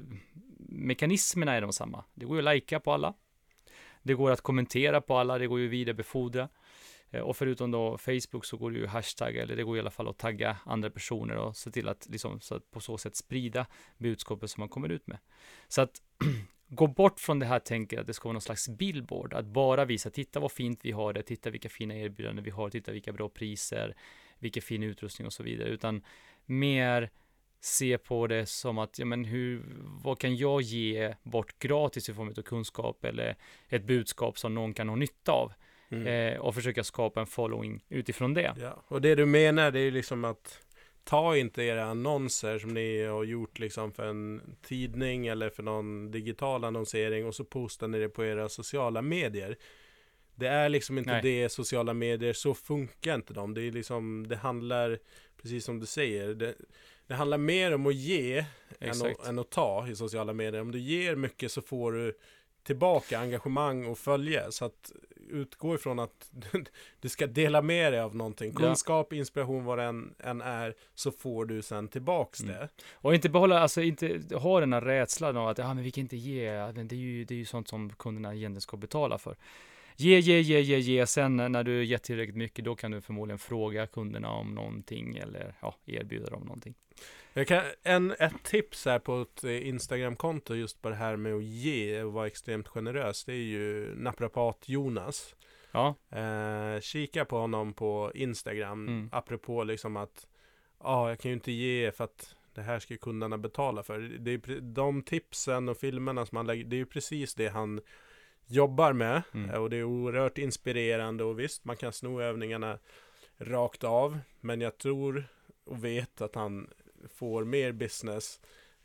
Speaker 2: mekanismerna är de samma. Det går ju att likea på alla. Det går att kommentera på alla, det går ju att vidarebefordra. Och förutom då Facebook så går det ju hashtag, eller det går i alla fall att tagga andra personer och se till att, liksom, så att på så sätt sprida budskapet som man kommer ut med. Så att gå bort från det här tänket att det ska vara någon slags billboard, att bara visa, titta vad fint vi har det, titta vilka fina erbjudanden vi har, titta vilka bra priser, vilka fin utrustning och så vidare, utan mer se på det som att, ja men hur, vad kan jag ge bort gratis i form av kunskap eller ett budskap som någon kan ha nytta av. Mm. Eh, och försöka skapa en following utifrån det.
Speaker 1: Ja, och det du menar, det är ju liksom att ta inte era annonser som ni har gjort liksom för en tidning eller för någon digital annonsering och så postar ni det på era sociala medier. Det är liksom inte Nej. det sociala medier, så funkar inte de. Det är liksom, det handlar, precis som du säger, det, det handlar mer om att ge än att, än att ta i sociala medier. Om du ger mycket så får du tillbaka engagemang och följe, så att utgå ifrån att du ska dela med dig av någonting, kunskap, inspiration, vad det än, än är, så får du sen tillbaks det. Mm.
Speaker 2: Och inte behålla, alltså inte ha den här rädslan av att ja, men vi kan inte ge, det är ju, det är ju sånt som kunderna egentligen ska betala för. Ge, ge, ge, ge, ge, sen när du gett tillräckligt mycket, då kan du förmodligen fråga kunderna om någonting eller ja, erbjuda dem någonting.
Speaker 1: Jag kan, en, ett tips här på ett Instagram-konto just på det här med att ge och vara extremt generös, det är ju naprapat Jonas.
Speaker 2: Ja.
Speaker 1: Eh, kika på honom på Instagram, mm. apropå liksom att ja, ah, jag kan ju inte ge för att det här ska kunderna betala för. Det är, de tipsen och filmerna som han lägger, det är ju precis det han jobbar med, mm. och det är oerhört inspirerande, och visst, man kan sno övningarna rakt av, men jag tror och vet att han får mer business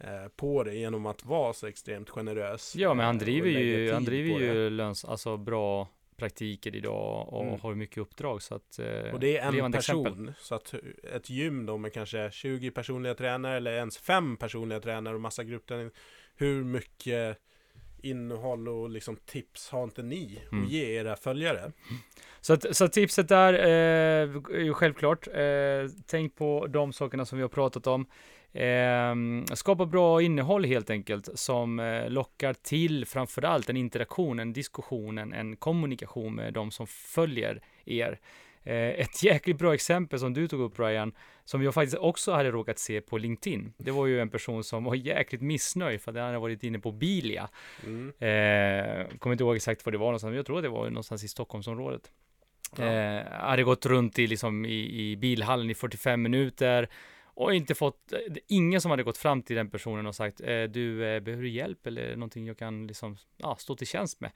Speaker 1: eh, på det genom att vara så extremt generös.
Speaker 2: Ja, men han
Speaker 1: eh, och
Speaker 2: driver
Speaker 1: lägga
Speaker 2: ju,
Speaker 1: tid
Speaker 2: han driver
Speaker 1: på det.
Speaker 2: ju löns, alltså bra praktiker idag och
Speaker 1: Mm.
Speaker 2: har mycket uppdrag. Så att, eh,
Speaker 1: Och det är en
Speaker 2: levande
Speaker 1: person,
Speaker 2: exempel.
Speaker 1: så att ett gym då med kanske tjugo personliga tränare eller ens fem personliga tränare och massa gruppträning. Hur mycket innehåll och liksom tips har inte ni
Speaker 2: Mm.
Speaker 1: att ge era följare?
Speaker 2: Så, att, så att tipset där eh, är ju självklart. Eh, tänk på de sakerna som vi har pratat om. Eh, skapa bra innehåll helt enkelt som eh, lockar till framförallt en interaktion, en diskussion, en, en kommunikation med de som följer er. Eh, ett jäkligt bra exempel som du tog upp, Ryan, som jag faktiskt också hade råkat se på LinkedIn. Det var ju en person som var jäkligt missnöjd för att han hade varit inne på Bilia.
Speaker 1: Mm.
Speaker 2: Eh, kommer inte ihåg exakt var det var någonstans, men jag tror det var någonstans i Stockholmsområdet.
Speaker 1: Ja.
Speaker 2: Eh, hade gått runt i, liksom, i, i bilhallen i fyrtiofem minuter och inte fått, ingen som hade gått fram till den personen och sagt eh, du, eh, behöver du hjälp eller någonting jag kan liksom, ja, stå till tjänst med.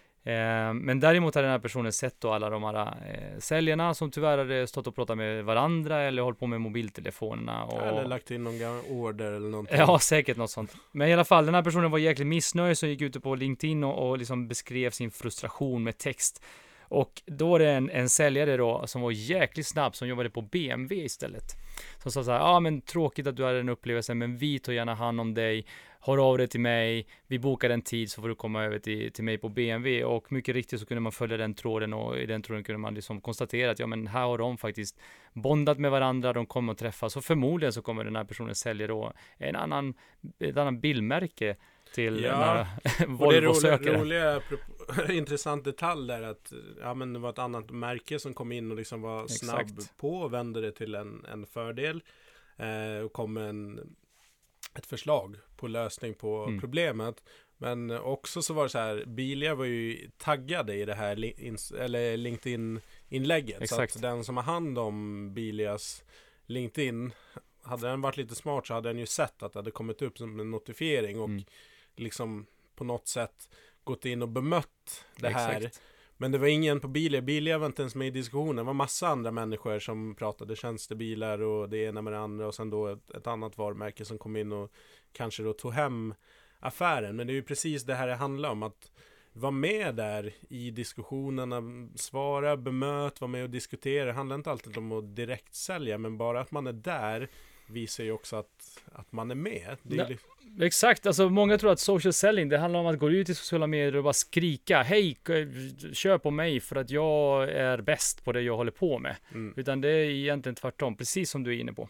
Speaker 2: Eh, men däremot hade den här personen sett då alla de här eh, säljarna som tyvärr hade stått och pratat med varandra eller hållit på med mobiltelefonerna. Och...
Speaker 1: Eller lagt in någon gammal order eller någonting.
Speaker 2: Ja, säkert något sånt. Men i alla fall, den här personen var jäkligt missnöjd så gick ut på LinkedIn och, och liksom beskrev sin frustration med text. Och då var det en, en säljare då som var jäkligt snabb som jobbade på B M W istället. Som sa så här, ja ah, men tråkigt att du hade en upplevelse, men vi tar gärna hand om dig. Hör av dig till mig, vi bokar en tid så får du komma över till, till mig på B M W. Och mycket riktigt så kunde man följa den tråden och i den tråden kunde man liksom konstatera att ja men här har de faktiskt bondat med varandra, de kommer att träffas och förmodligen så kommer den här personen sälja då en annan, ett annan bilmärke till
Speaker 1: Ja,
Speaker 2: den här
Speaker 1: och det
Speaker 2: Volvo-sökare.
Speaker 1: roliga, roliga intressant detalj där att ja, men det var ett annat märke som kom in och liksom var snabb
Speaker 2: Exakt.
Speaker 1: på och vände det till en, en fördel eh, och kom med en, ett förslag på lösning på
Speaker 2: Mm.
Speaker 1: problemet. Men också så var det så här, Bilia var ju taggade i det här li- ins- eller LinkedIn-inlägget.
Speaker 2: Exakt.
Speaker 1: Så att den som har hand om Bilias LinkedIn, hade den varit lite smart så hade den ju sett att det hade kommit upp som en notifiering och
Speaker 2: Mm.
Speaker 1: liksom på något sätt gått in och bemött det här.
Speaker 2: Exakt.
Speaker 1: Men det var ingen på Bilia. Bilia var inte ens med i diskussionen. Det var massa andra människor som pratade tjänstebilar och det ena med det andra. Och sen då ett, ett annat varumärke som kom in och kanske då tog hem affären. Men det är ju precis det här det handlar om. Att vara med där i diskussionerna. Svara, bemöt, vara med och diskutera. Det handlar inte alltid om att direkt sälja. Men bara att man är där visar ju också att, att man är med. Det är
Speaker 2: Ja.
Speaker 1: ju liksom-
Speaker 2: Exakt, alltså många tror att social selling, det handlar om att gå ut i sociala medier och bara skrika hej, k- köp på mig för att jag är bäst på det jag håller på med.
Speaker 1: mm.
Speaker 2: Utan det är egentligen tvärtom, precis som du är inne på.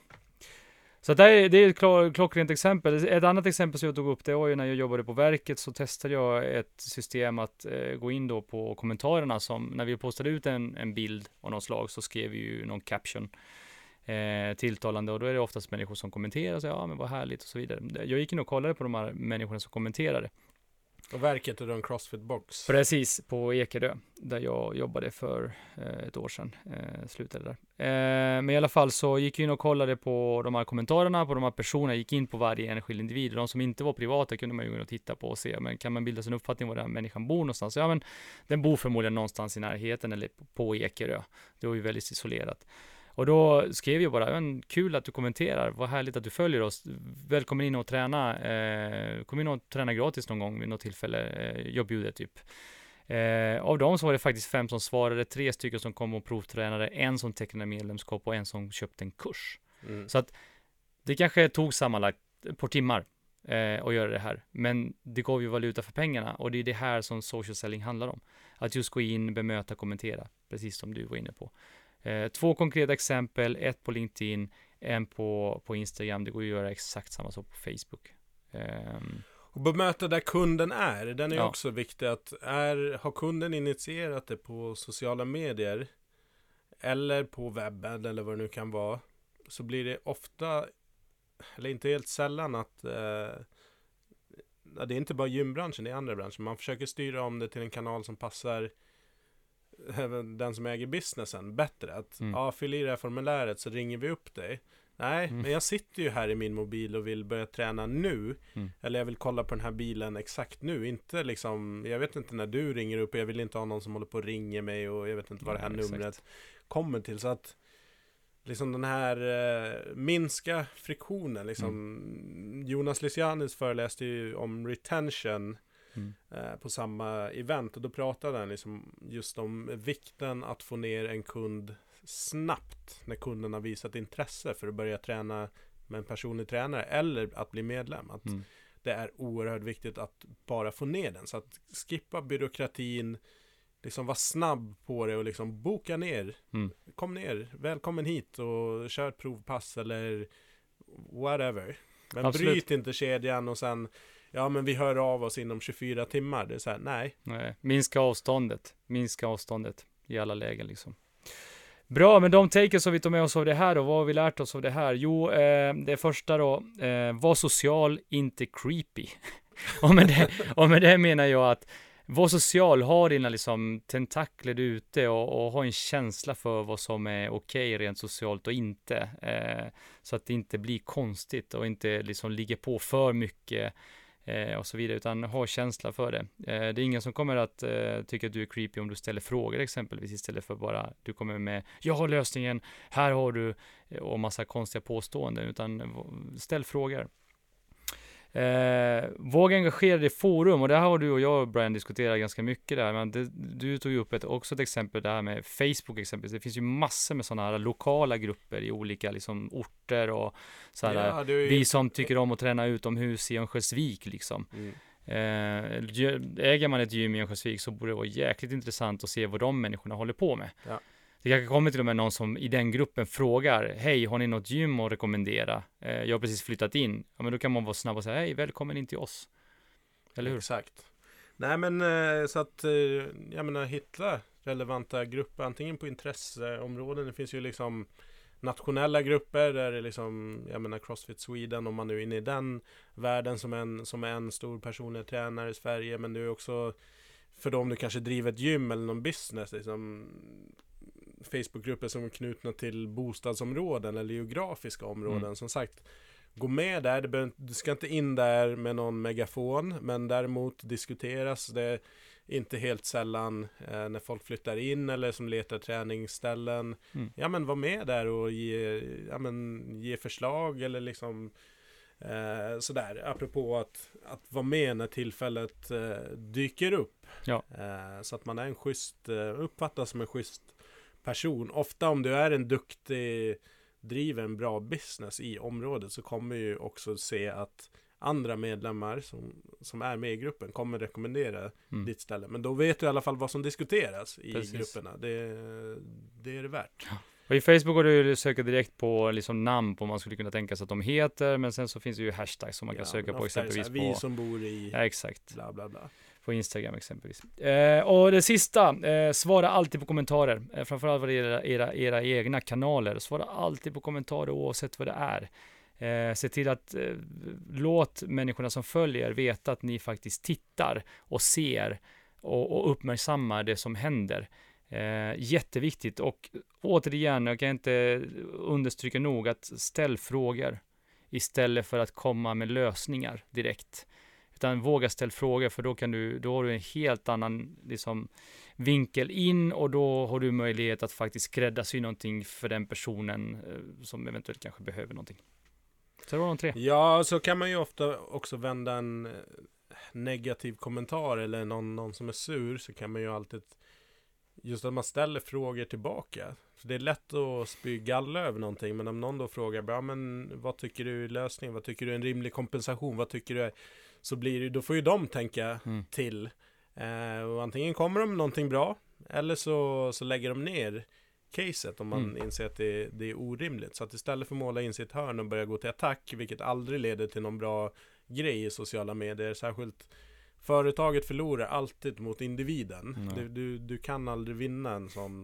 Speaker 2: Så det är, det är ett klar, klockrent exempel. Ett annat exempel som jag tog upp, det var ju när jag jobbade på verket så testade jag ett system att eh, gå in då på kommentarerna som, när vi postade ut en, en bild av något slag så skrev vi ju någon caption. Eh, tilltalande och då är det oftast människor som kommenterar och säger ja men vad härligt och så vidare. Jag gick in och kollade på de här människorna som kommenterade.
Speaker 1: Och verket är då en CrossFit-box.
Speaker 2: Precis, på Ekerö där jag jobbade för eh, ett år sedan, eh, slutade där. Eh, men i alla fall så gick jag in och kollade på de här kommentarerna, på de här personerna, gick in på varje enskild individ. De som inte var privata kunde man ju gå in och titta på och se, men kan man bilda sig en uppfattning var den här människan bor någonstans? Ja men den bor förmodligen någonstans i närheten eller på Ekerö. Det var ju väldigt isolerat. Och då skrev jag bara, men kul att du kommenterar, vad härligt att du följer oss, välkommen in och träna, eh, kom in och träna gratis någon gång vid något tillfälle, eh, jag bjuder typ. Eh, av dem så var det faktiskt fem som svarade, tre stycken som kom och provtränade, en som tecknade medlemskap och en som köpte en kurs.
Speaker 1: Mm.
Speaker 2: Så att det kanske tog sammanlagt ett par timmar eh, att göra det här, men det gav ju valuta för pengarna och det är det här som social selling handlar om. Att just gå in, bemöta, kommentera, precis som du var inne på. Eh, två konkreta exempel, ett på LinkedIn, en på, på Instagram. Det går ju att göra exakt samma sak på Facebook. Um,
Speaker 1: Och bemöta där kunden är. Den är
Speaker 2: Ja.
Speaker 1: också viktig. Att är, har kunden initierat det på sociala medier eller på webben eller vad det nu kan vara, så blir det ofta, eller inte helt sällan, att eh, det är inte bara gymbranschen, det är andra branscher. Man försöker styra om det till en kanal som passar den som äger businessen bättre. Att
Speaker 2: Mm.
Speaker 1: ja, fyll i det här formuläret så ringer vi upp dig. Nej,
Speaker 2: Mm.
Speaker 1: men jag sitter ju här i min mobil och vill börja träna nu.
Speaker 2: Mm.
Speaker 1: Eller jag vill kolla på den här bilen exakt nu. Inte liksom, jag vet inte när du ringer upp. Jag vill inte ha någon som håller på och ringer mig och jag vet inte vad det här
Speaker 2: Ja, exakt.
Speaker 1: numret kommer till. Så att liksom den här eh, minska friktionen liksom. Mm. Jonas Lysianis föreläste ju om retention mm. eh, på samma event, och då pratade han liksom just om vikten att få ner en kund snabbt när kunden har visat intresse för att börja träna med en personlig tränare eller att bli medlem. Att mm. det är oerhört viktigt att bara få ner den, så att skippa byråkratin, liksom vara snabb på det och liksom boka ner. Mm. Kom ner, välkommen hit och kör ett provpass eller whatever. Men Absolut. Bryt inte kedjan och sen, ja men vi hör av oss inom tjugofyra timmar. Det är så här, nej. nej.
Speaker 2: Minska avståndet. Minska avståndet i alla lägen liksom. Bra, men de taken som vi tog med oss av det här då, vad har vi lärt oss av det här? Jo, eh, det första då, eh, var social, inte creepy. och, med det, och med det menar jag att var social, ha dina liksom tentakler ute och, och ha en känsla för vad som är okej rent socialt och inte. Eh, så att det inte blir konstigt och inte liksom ligger på för mycket eh, och så vidare, utan ha känsla för det. Eh, det är ingen som kommer att eh, tycka att du är creepy om du ställer frågor exempelvis, istället för bara du kommer med jag har lösningen, här har du, och massa konstiga påståenden, utan ställ frågor. Eh, våga engagera dig i forum, och det här har du och jag och Brian diskuterat ganska mycket där, men det, du tog ju upp ett, också ett exempel, det här med Facebook exempelvis. Det finns ju massor med sådana här lokala grupper i olika liksom orter och så här, ja, ju... vi som tycker om att träna utomhus i Örnsköldsvik liksom. Mm. Eh, äger man ett gym i Örnsköldsvik så borde det vara jäkligt intressant att se vad de människorna håller på med. Ja. Det kanske kommer till och med någon som i den gruppen frågar, hej, har ni något gym att rekommendera? Eh, jag har precis flyttat in. Ja, men då kan man vara snabb och säga, hej, välkommen in till oss. Eller hur?
Speaker 1: Exakt. Nej, men så att, jag menar, hitta relevanta grupper, antingen på intresseområden. Det finns ju liksom nationella grupper där det är liksom, jag menar, CrossFit Sweden, om man nu är inne i den världen som en, som är en stor personlig tränare i Sverige. Men det är också, för dem du kanske driver ett gym eller någon business, liksom Facebookgrupper som är knutna till bostadsområden eller geografiska områden. Mm. Som sagt, gå med där. Det du ska inte in där med någon megafon, men däremot diskuteras det inte helt sällan eh, när folk flyttar in eller som letar träningsställen. Mm. Ja, men var med där och ge, ja, men, ge förslag eller liksom eh, sådär. Apropå att, att vara med när tillfället eh, dyker upp. Ja. Eh, så att man är en schysst, eh, uppfattas som en schysst person. Ofta om du är en duktig, driver en bra business i området, så kommer ju också se att andra medlemmar som, som är med i gruppen kommer rekommendera mm. ditt ställe. Men då vet du i alla fall vad som diskuteras i Precis. grupperna. Det, det är det värt. Ja.
Speaker 2: Och i Facebook går du söka direkt på liksom namn på vad man skulle kunna tänka sig att de heter, men sen så finns det ju hashtags som man kan ja, söka på exempelvis
Speaker 1: här, vi på... som bor i...
Speaker 2: Ja, exakt.
Speaker 1: Bla bla bla.
Speaker 2: På Instagram exempelvis. Eh, och det sista, eh, svara alltid på kommentarer. Eh, framförallt vad det gäller era, era egna kanaler. Svara alltid på kommentarer oavsett vad det är. Eh, se till att eh, låt människorna som följer veta att ni faktiskt tittar och ser och, och uppmärksammar det som händer. Eh, jätteviktigt, och återigen, jag kan inte understryka nog att ställ frågor istället för att komma med lösningar direkt. Utan våga ställa frågor, för då kan du, då har du en helt annan liksom, vinkel in, och då har du möjlighet att faktiskt skräddarsy någonting för den personen eh, som eventuellt kanske behöver någonting. Så det var de tre.
Speaker 1: Ja, så kan man ju ofta också vända en negativ kommentar eller någon, någon som är sur, så kan man ju alltid, just att man ställer frågor tillbaka. För det är lätt att spy galla över någonting, men om någon då frågar, ja, men vad tycker du är lösningen? Vad tycker du är en rimlig kompensation? Vad tycker du är... Så blir det, då får ju de tänka mm. till. Eh, och antingen kommer de någonting bra, eller så, så lägger de ner caset om man mm. inser att det, det är orimligt. Så att istället för att måla in sitt hörn och börja gå till attack, vilket aldrig leder till någon bra grej i sociala medier, särskilt företaget förlorar alltid mot individen. Mm. Du, du, du kan aldrig vinna en sån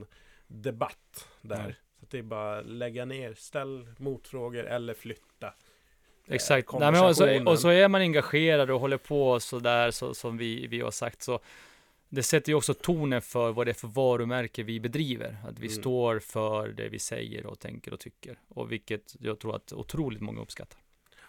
Speaker 1: debatt där. Mm. Så att det är bara lägga ner, ställ motfrågor eller flytta.
Speaker 2: Exakt. Nej, men och, så, och så är man engagerad och håller på så där så, som vi, vi har sagt, så det sätter ju också tonen för vad det är för varumärke vi bedriver. Att vi mm. står för det vi säger och tänker och tycker. Och vilket jag tror att otroligt många uppskattar.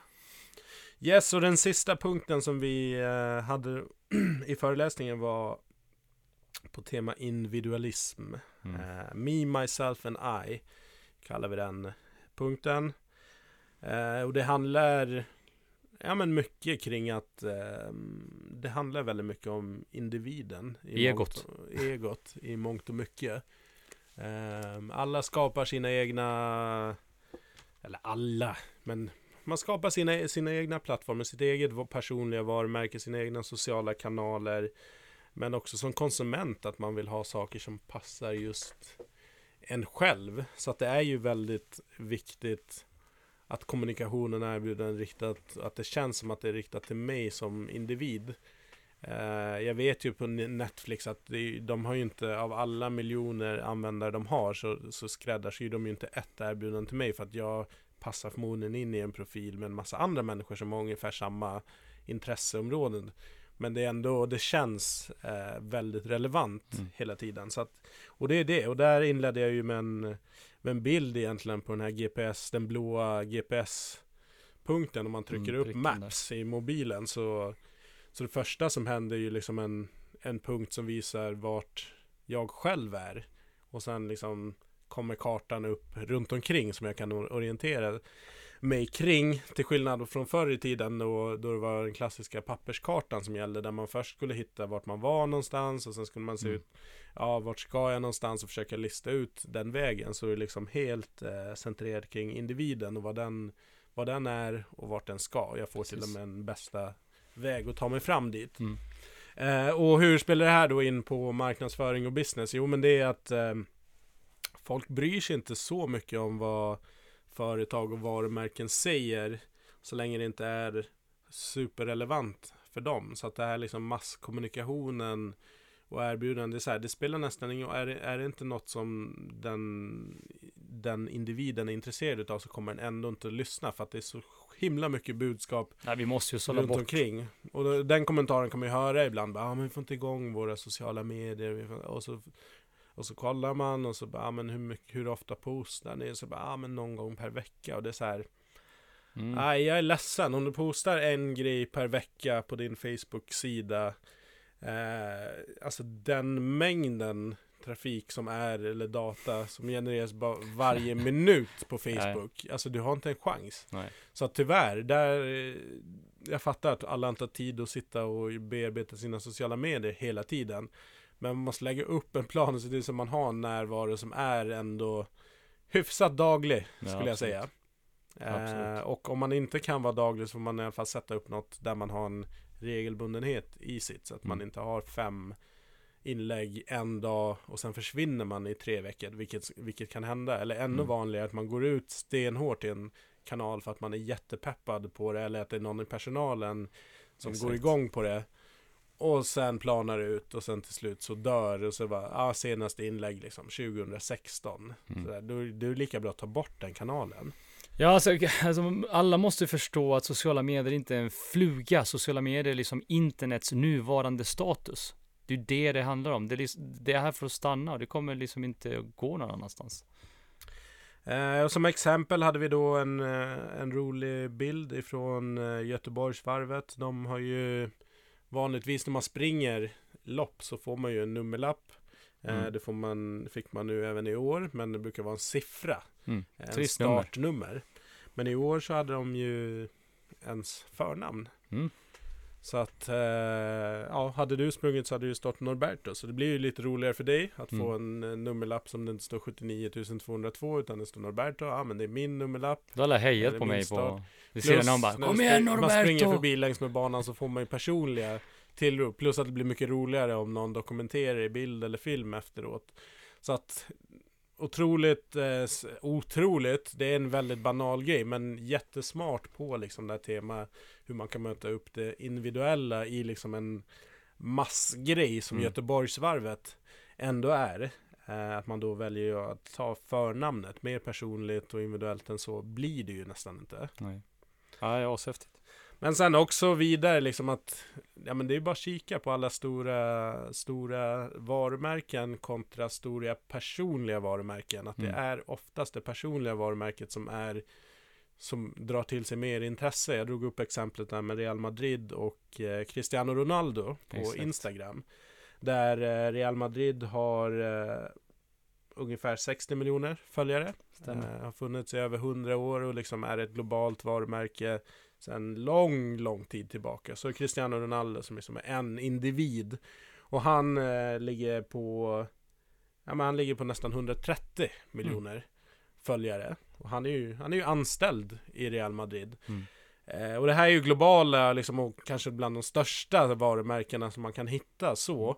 Speaker 1: Yes, och den sista punkten som vi eh, hade i föreläsningen var på tema individualism. Mm. Uh, me, myself and I. kallar vi den punkten. Eh, och det handlar ja, men mycket kring att eh, det handlar väldigt mycket om individen. I
Speaker 2: Egot.
Speaker 1: Mångt, egot i mångt och mycket. Eh, alla skapar sina egna, eller alla, men man skapar sina, sina egna plattformar, sitt eget personliga varumärke, sina egna sociala kanaler. Men också som konsument att man vill ha saker som passar just en själv. Så att det är ju väldigt viktigt att kommunikationen erbjuder riktat, att det känns som att det är riktat till mig som individ. Eh, jag vet ju på Netflix att det, de har ju inte, av alla miljoner användare de har, så, så skräddarsyr de ju inte ett erbjudande till mig, för att jag passar förmodligen in i en profil med en massa andra människor som har ungefär samma intresseområden. Men det är ändå, det känns eh, väldigt relevant mm. hela tiden. Så att, och det är det, och där inledde jag ju med en, med en bild egentligen på den här G P S, den blåa G P S-punkten. Om man trycker mm, upp Maps där i mobilen, så, så det första som händer är ju liksom en, en punkt som visar vart jag själv är. Och sen liksom kommer kartan upp runt omkring som jag kan orientera mig kring, till skillnad från förr i tiden då, då det var den klassiska papperskartan som gällde, där man först skulle hitta vart man var någonstans och sen skulle man se mm. ut, ja, vart ska jag någonstans, och försöka lista ut den vägen. Så det är liksom helt eh, centrerat kring individen och vad den, vad den är och vart den ska. Jag får Precis. till och med en bästa väg att ta mig fram dit. Mm. Eh, och hur spelar det här då in på marknadsföring och business? Jo, men det är att eh, folk bryr sig inte så mycket om vad företag och varumärken säger, så länge det inte är superrelevant för dem. Så att det här liksom masskommunikationen och erbjudande, det, är så här, det spelar nästan ingen, är, är det inte något som den, den individen är intresserad av, så kommer den ändå inte att lyssna, för att det är så himla mycket budskap.
Speaker 2: Nej, vi måste ju sålla
Speaker 1: runt
Speaker 2: bort.
Speaker 1: Omkring. Och då, den kommentaren kan man ju höra ibland, ja, ah, men vi får inte igång våra sociala medier, får, och så Och så kollar man och så bara, ah, men hur, mycket, hur ofta postar ni? Och så bara, ah, men någon gång per vecka. Och det är så här, mm. nej, jag är ledsen. Om du postar en grej per vecka på din Facebook-sida, eh, alltså den mängden trafik som är, eller data som genereras varje minut på Facebook, alltså du har inte en chans.
Speaker 2: Nej.
Speaker 1: Så att tyvärr, där, jag fattar att alla inte har tid att sitta och bearbeta sina sociala medier hela tiden. Men man måste lägga upp en plan så det är som man har en närvaro som är ändå hyfsat daglig, skulle ja, jag säga. Eh, och om man inte kan vara daglig så får man i alla fall sätta upp något där man har en regelbundenhet i sitt. Så att mm. man inte har fem inlägg en dag och sen försvinner man i tre veckor, vilket, vilket kan hända. Eller ännu mm. vanligare att man går ut stenhårt i en kanal för att man är jättepeppad på det, eller att det är någon i personalen som Exakt. går igång på det. Och sen planar ut och sen till slut så dör, och så bara, ja, senaste inlägg liksom tjugo sexton. Mm. Så där, då, det är lika bra att ta bort den kanalen.
Speaker 2: Ja, alltså, alltså alla måste förstå att sociala medier inte är en fluga. Sociala medier är liksom internets nuvarande status. Det är det det handlar om. Det är, liksom, det är här för att stanna, och det kommer liksom inte att gå någon annanstans.
Speaker 1: Eh, och som exempel hade vi då en, en rolig bild ifrån Göteborgsvarvet. De har ju vanligtvis när man springer lopp så får man ju en nummerlapp. Mm. Eh, det får man, fick man nu även i år, men det brukar vara en siffra.
Speaker 2: Mm.
Speaker 1: En startnummer. Men i år så hade de ju ens förnamn. Mm. Så att, eh, ja, hade du sprungit så hade du stått Norberto. Så det blir ju lite roligare för dig att mm. få en, en nummerlapp som det inte står sjuttionio tusen tvåhundratvå, utan det står Norberto. Ja, men det är min nummerlapp.
Speaker 2: Du har alla hejat på mig start. På... Vi ser någon bara, kom igen Norberto!
Speaker 1: Man springer förbi längs med banan så får man ju personliga tillrop. Plus att det blir mycket roligare om någon dokumenterar i bild eller film efteråt. Så att otroligt, eh, otroligt, det är en väldigt banal grej, men jättesmart på liksom det här temat, hur man kan möta upp det individuella i liksom en massgrej som mm. Göteborgsvarvet ändå är. Eh, att man då väljer att ta förnamnet mer personligt och individuellt än så blir det ju nästan inte.
Speaker 2: Nej. Ja, ja, häftigt.
Speaker 1: Men sen också vidare liksom att, ja, men det är bara att kika på alla stora, stora varumärken kontra stora personliga varumärken. Att mm. det är oftast det personliga varumärket som är, som drar till sig mer intresse. Jag drog upp exemplet där med Real Madrid och eh, Cristiano Ronaldo på Exakt. Instagram. Där eh, Real Madrid har eh, ungefär sextio miljoner följare.
Speaker 2: Stämmer.
Speaker 1: Eh, har funnits i över hundra år och liksom är ett globalt varumärke sedan lång, lång tid tillbaka. Så Cristiano Ronaldo som är som en individ. Och han eh, ligger på ja, men han ligger på nästan hundratrettio miljoner mm. följare. Och han är ju, han är ju anställd i Real Madrid.
Speaker 2: Mm.
Speaker 1: Eh, och det här är ju globala liksom, och kanske bland de största varumärkena som man kan hitta så.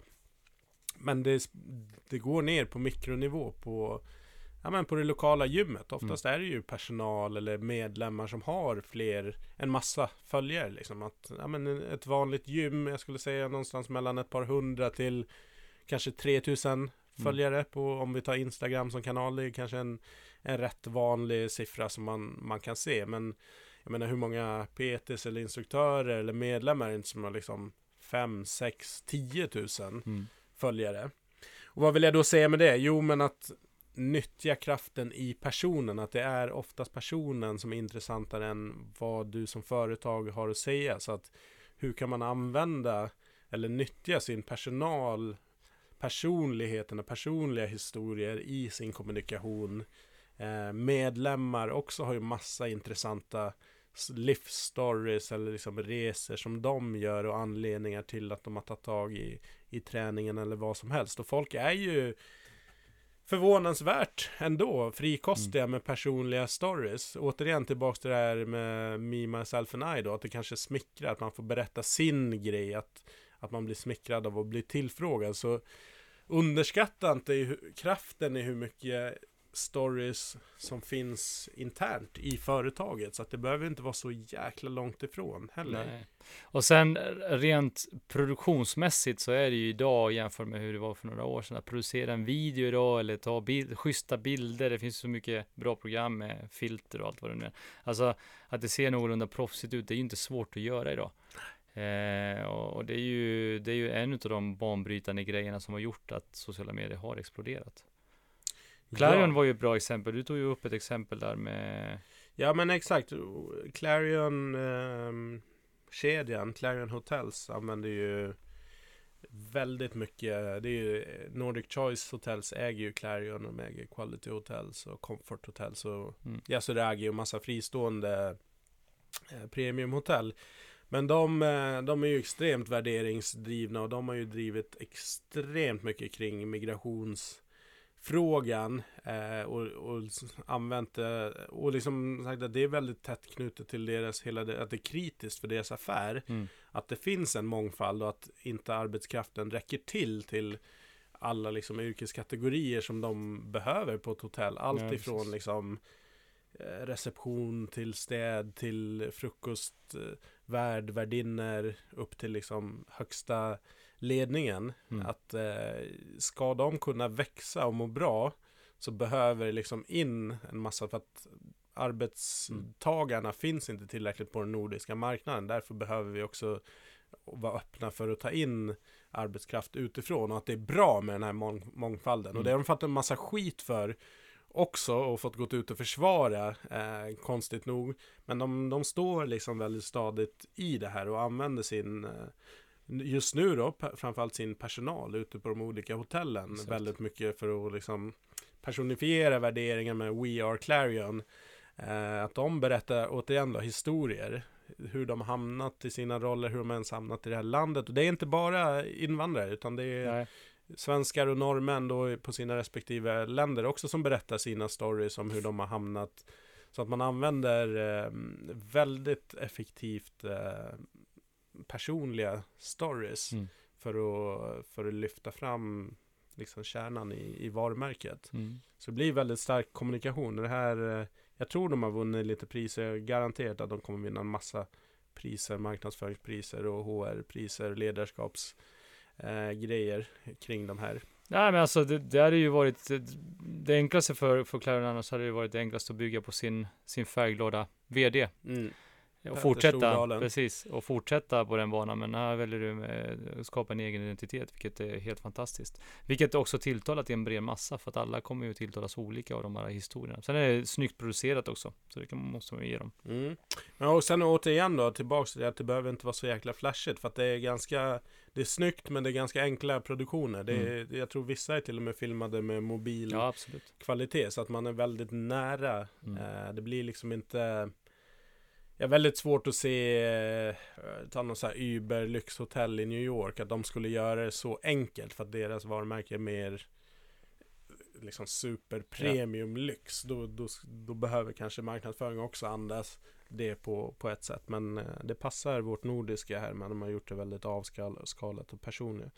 Speaker 1: Men det, det går ner på mikronivå på, ja, men på det lokala gymmet. Oftast mm. är det ju personal eller medlemmar som har fler, en massa följare. Liksom. Att, ja, men ett vanligt gym, jag skulle säga någonstans mellan ett par hundra till kanske tre tusen följare mm. på, om vi tar Instagram som kanal. Det är kanske en, en rätt vanlig siffra som man, man kan se. Men jag menar hur många P T:s eller instruktörer eller medlemmar är inte som har liksom fem, sex, tio tusen mm. följare. Och vad vill jag då säga med det? Jo, men att nyttja kraften i personen. Att det är oftast personen som är intressantare än vad du som företag har att säga. Så att hur kan man använda eller nyttja sin personal, personligheten och personliga historier i sin kommunikation. Eh, medlemmar också har ju massa intressanta livsstories eller liksom resor som de gör och anledningar till att de har tagit tag i, i träningen eller vad som helst. Och folk är ju förvånansvärt ändå frikostiga mm. med personliga stories. Återigen tillbaka till det här med Me, Myself and I då, att det kanske smickrar, att man får berätta sin grej, att, att man blir smickrad av att bli tillfrågad. Så underskatta inte i, kraften i hur mycket stories som finns internt i företaget, så att det behöver inte vara så jäkla långt ifrån heller.
Speaker 2: Nej. Och sen rent produktionsmässigt så är det ju idag jämfört med hur det var för några år sedan att producera en video idag eller ta bild, schyssta bilder. Det finns så mycket bra program med filter och allt vad det nu är. Alltså att det ser någorlunda proffsigt ut, det är ju inte svårt att göra idag. Eh, och, och det är ju det är ju en av de banbrytande grejerna som har gjort att sociala medier har exploderat. Clarion ja. var ju ett bra exempel. Du tog ju upp ett exempel där med...
Speaker 1: Ja, men exakt. Clarion eh, kedjan, Clarion Hotels använder ju väldigt mycket. Det är ju Nordic Choice Hotels äger ju Clarion, och äger Quality Hotels och Comfort Hotels och mm. Yasuragi och massa fristående eh, premiumhotell. Men de, de är ju extremt värderingsdrivna och de har ju drivit extremt mycket kring migrations frågan eh, och, och använt det och liksom sagt att det är väldigt tätt knutet till deras hela det, att det är kritiskt för deras affär mm. att det finns en mångfald och att inte arbetskraften räcker till till alla liksom yrkeskategorier som de behöver på ett hotell, allt ja, ifrån liksom eh, reception till städ till frukost eh, värd, värdinnor upp till liksom högsta ledningen. Mm. Att eh, ska de kunna växa och må bra så behöver liksom in en massa, för att arbetstagarna mm. finns inte tillräckligt på den nordiska marknaden. Därför behöver vi också vara öppna för att ta in arbetskraft utifrån och att det är bra med den här mång- mångfalden. Mm. Och det har de fått en massa skit för också och fått gått ut och försvara eh, konstigt nog. Men de, de står liksom väldigt stadigt i det här och använder sin eh, just nu då, framförallt sin personal ute på de olika hotellen Exakt. väldigt mycket för att liksom personifiera värderingen med We Are Clarion. Eh, att de berättar återigen då historier, hur de hamnat i sina roller, hur de ens hamnat i det här landet. Och det är inte bara invandrare utan det är Nej. svenskar och norrmän då på sina respektive länder också som berättar sina stories om hur de har hamnat. Så att man använder eh, väldigt effektivt eh, personliga stories mm. för, att, för att lyfta fram liksom kärnan i, i varumärket. Mm. Så det blir väldigt stark kommunikation. Det här, jag tror de har vunnit lite priser, garanterat att de kommer vinna en massa priser, marknadsföringspriser och H R-priser, ledarskapsgrejer eh, kring de här.
Speaker 2: Nej, men alltså det, det hade ju varit det, det enklaste för, för Clarion annars hade det varit det enklaste att bygga på sin, sin färgglada vd. Mm. Och fortsätta,
Speaker 1: Stordalen.
Speaker 2: precis, och fortsätta på den banan, men här väljer du med att skapa en egen identitet, vilket är helt fantastiskt. Vilket också tilltalar till en bred massa, för att alla kommer ju tilltalas olika av de här historierna. Sen är det snyggt producerat också, så det kan, måste man ju ge dem.
Speaker 1: Mm. Ja, och sen återigen då, tillbaks till det att det behöver inte vara så jäkla flashigt, för att det är ganska, det är snyggt, men det är ganska enkla produktioner. Det är, mm. Jag tror vissa är till och med filmade med mobil
Speaker 2: ja, absolut.
Speaker 1: kvalitet, så att man är väldigt nära.
Speaker 2: Mm.
Speaker 1: Eh, det blir liksom inte... Det är väldigt svårt att se eh, ta någon så här Uber lyxhotell i New York, att de skulle göra det så enkelt, för att deras varumärke är mer liksom super premium ja. lyx. Då, då, då behöver kanske marknadsföring också andas det på, på ett sätt. Men eh, det passar vårt nordiska här, men de har gjort det väldigt avskalat och personligt.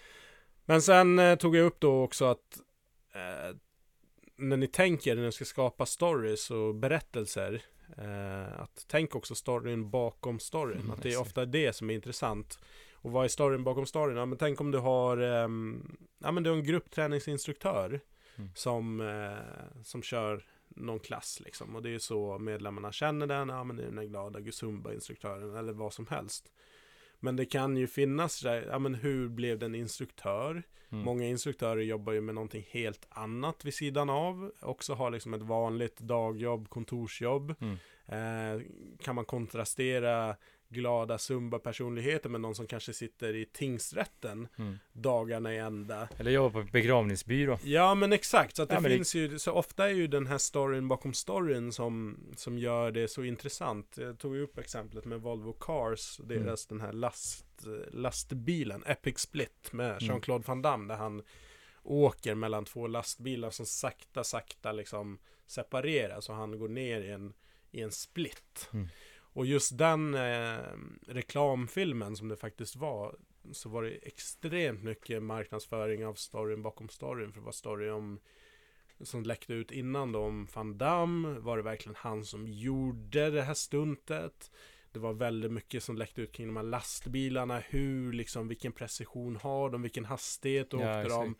Speaker 1: Men sen eh, tog jag upp då också att eh, när ni tänker, när ni ska skapa stories och berättelser, Uh, att tänk också storyn bakom storyn, mm, att det är ofta det som är intressant. Och vad är storyn bakom storyn? Ja, men tänk om du har um, ja, men du har en gruppträningsinstruktör mm. som, uh, som kör någon klass liksom, och det är så medlemmarna känner den, ja men det är den glada Zumba-instruktören eller vad som helst. Men det kan ju finnas där, ja men hur blev den instruktör? Mm. Många instruktörer jobbar ju med någonting helt annat vid sidan av. Också har liksom ett vanligt dagjobb, kontorsjobb. Mm. Eh, kan man kontrastera glada Zumba-personligheter med någon som kanske sitter i tingsrätten mm. dagarna i ända.
Speaker 2: Eller jobbar på begravningsbyrå.
Speaker 1: Ja, men exakt. Så att det
Speaker 2: ja,
Speaker 1: finns
Speaker 2: det...
Speaker 1: ju, så ofta är ju den här storyn bakom storyn som, som gör det så intressant. Jag tog ju upp exemplet med Volvo Cars, deras mm. den här last, lastbilen, Epic Split med Jean-Claude Van Damme, där han åker mellan två lastbilar som sakta, sakta liksom separeras, och han går ner i en, i en split. Mm. Och just den eh, reklamfilmen som det faktiskt var, så var det extremt mycket marknadsföring av storyn bakom storyn. För det var story om, som läckte ut innan då, om Van Damme. Var det verkligen han som gjorde det här stuntet? Det var väldigt mycket som läckte ut kring de här lastbilarna. Hur, liksom, vilken precision har de? Vilken hastighet åkte ja, de?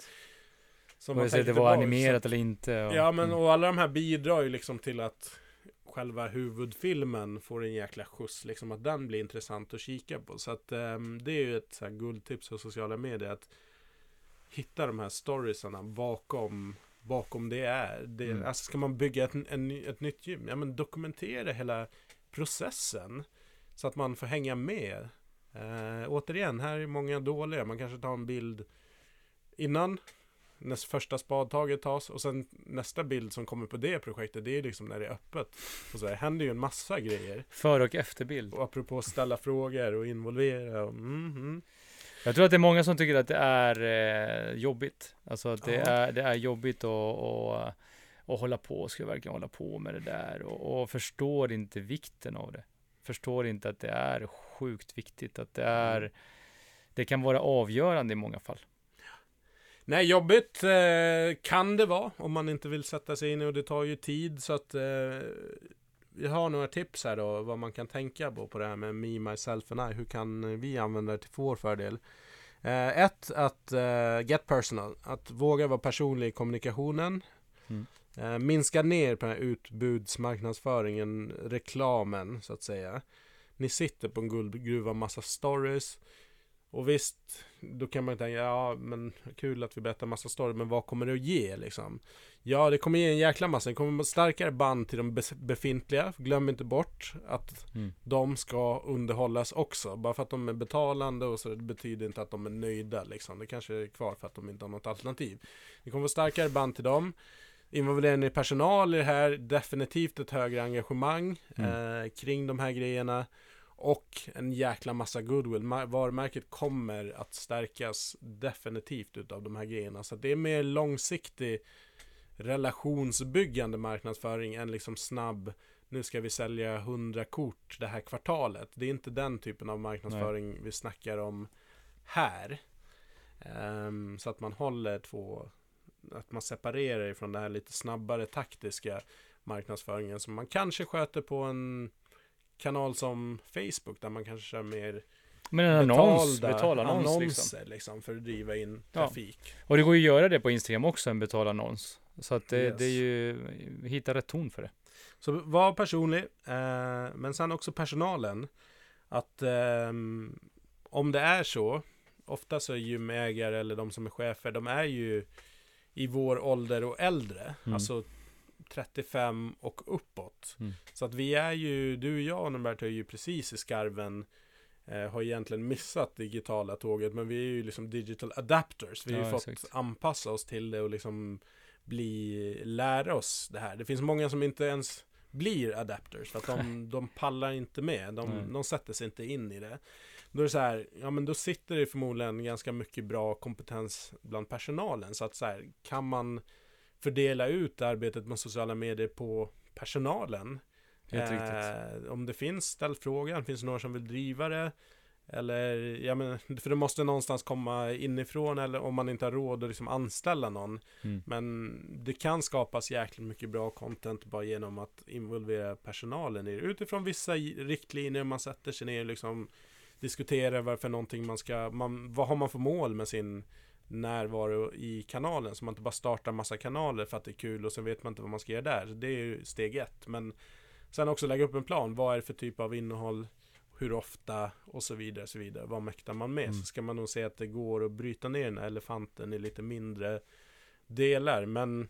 Speaker 2: Som man det var animerat så, eller inte. Och,
Speaker 1: ja, men och alla de här bidrar ju liksom till att själva huvudfilmen får en jäkla skjuts, liksom, att den blir intressant att kika på. Så att um, det är ju ett så här guldtips på sociala medier, att hitta de här storiesarna bakom, bakom det är. Det, mm. Alltså ska man bygga ett, en, ett nytt gym, ja men dokumentera hela processen så att man får hänga med. Uh, återigen, här är många dåliga. Man kanske tar en bild innan nästa första spadtaget tas, och sen nästa bild som kommer på det projektet, det är liksom när det är öppet. Och så här, händer ju en massa grejer.
Speaker 2: För- och efterbild.
Speaker 1: Och apropå att ställa frågor och involvera. Och, mm, mm.
Speaker 2: Jag tror att det är många som tycker att det är eh, jobbigt. Alltså att det, är, det är jobbigt att och, och hålla på, ska jag verkligen hålla på med det där. Och, och förstår inte vikten av det. Förstår inte att det är sjukt viktigt. Att det är, det kan vara avgörande i många fall.
Speaker 1: Nej, jobbigt eh, kan det vara om man inte vill sätta sig in i, och det tar ju tid, så att eh, vi har några tips här då, vad man kan tänka på på det här med me, myself and I. Hur kan vi använda det till vår fördel? Eh, ett, att eh, get personal, att våga vara personlig i kommunikationen. Mm. Eh, minska ner på den här utbudsmarknadsföringen, reklamen så att säga. Ni sitter på en guldgruva, massa stories. Och visst, då kan man tänka, ja men kul att vi berättar massa story, men vad kommer det att ge liksom? Ja, det kommer ge en jäkla massa, det kommer starkare band till de befintliga. Glöm inte bort att mm. de ska underhållas också. Bara för att de är betalande och så, det betyder inte att de är nöjda liksom. Det kanske är kvar för att de inte har något alternativ. Det kommer vara starkare band till dem. Involverande i personal i det här, definitivt ett högre engagemang mm. eh, kring de här grejerna. Och en jäkla massa goodwill. Varumärket kommer att stärkas definitivt utav de här grejerna. Så det är mer långsiktig relationsbyggande marknadsföring än liksom snabb, nu ska vi sälja hundra kort det här kvartalet. Det är inte den typen av marknadsföring Nej. vi snackar om här. Um, så att man håller två, att man separerar ifrån det här lite snabbare taktiska marknadsföringen som man kanske sköter på en kanal som Facebook, där man kanske kör mer
Speaker 2: men en annons,
Speaker 1: betalda
Speaker 2: betalannons,
Speaker 1: annonser liksom. Liksom, för att driva in trafik.
Speaker 2: Ja. Och det går ju att göra det på Instagram också, en betalannons. Så att det,
Speaker 1: yes.
Speaker 2: det är ju, hitta rätt ton för det.
Speaker 1: Så var personlig, eh, men sen också personalen. Att eh, om det är så, ofta så är gymägare eller de som är chefer, de är ju i vår ålder och äldre.
Speaker 2: Mm.
Speaker 1: Alltså trettiofem och uppåt.
Speaker 2: Mm.
Speaker 1: Så att vi är ju, du och jag Norberto är ju precis i skarven. Eh, har egentligen missat digitala tåget, men vi är ju liksom digital adapters. Vi har
Speaker 2: Ja,
Speaker 1: ju fått
Speaker 2: exakt.
Speaker 1: anpassa oss till det och liksom bli, lära oss det här. Det finns många som inte ens blir adapters för att de, de pallar inte med. De, de sätter sig inte in i det. Då är det så här, ja men då sitter det förmodligen ganska mycket bra kompetens bland personalen. Så att så här, kan man fördela ut arbetet med sociala medier på personalen?
Speaker 2: Helt
Speaker 1: eh,
Speaker 2: riktigt.
Speaker 1: Om det finns, ställ frågan, finns det någon som vill driva det? Eller, ja men, för det måste någonstans komma inifrån, eller om man inte har råd att liksom anställa någon.
Speaker 2: Mm.
Speaker 1: Men det kan skapas jäkligt mycket bra content bara genom att involvera personalen i det. Utifrån vissa riktlinjer, man sätter sig ner och liksom diskuterar varför någonting man ska, man, vad har man för mål med sin närvaro i kanalen, så man inte bara startar massa kanaler för att det är kul och sen vet man inte vad man ska göra där. Så det är ju steg ett. Men sen också lägga upp en plan. Vad är det för typ av innehåll? Hur ofta? Och så vidare. Så vidare. Vad mäktar man med? Mm. Så ska man nog se att det går att bryta ner den här elefanten i lite mindre delar. Men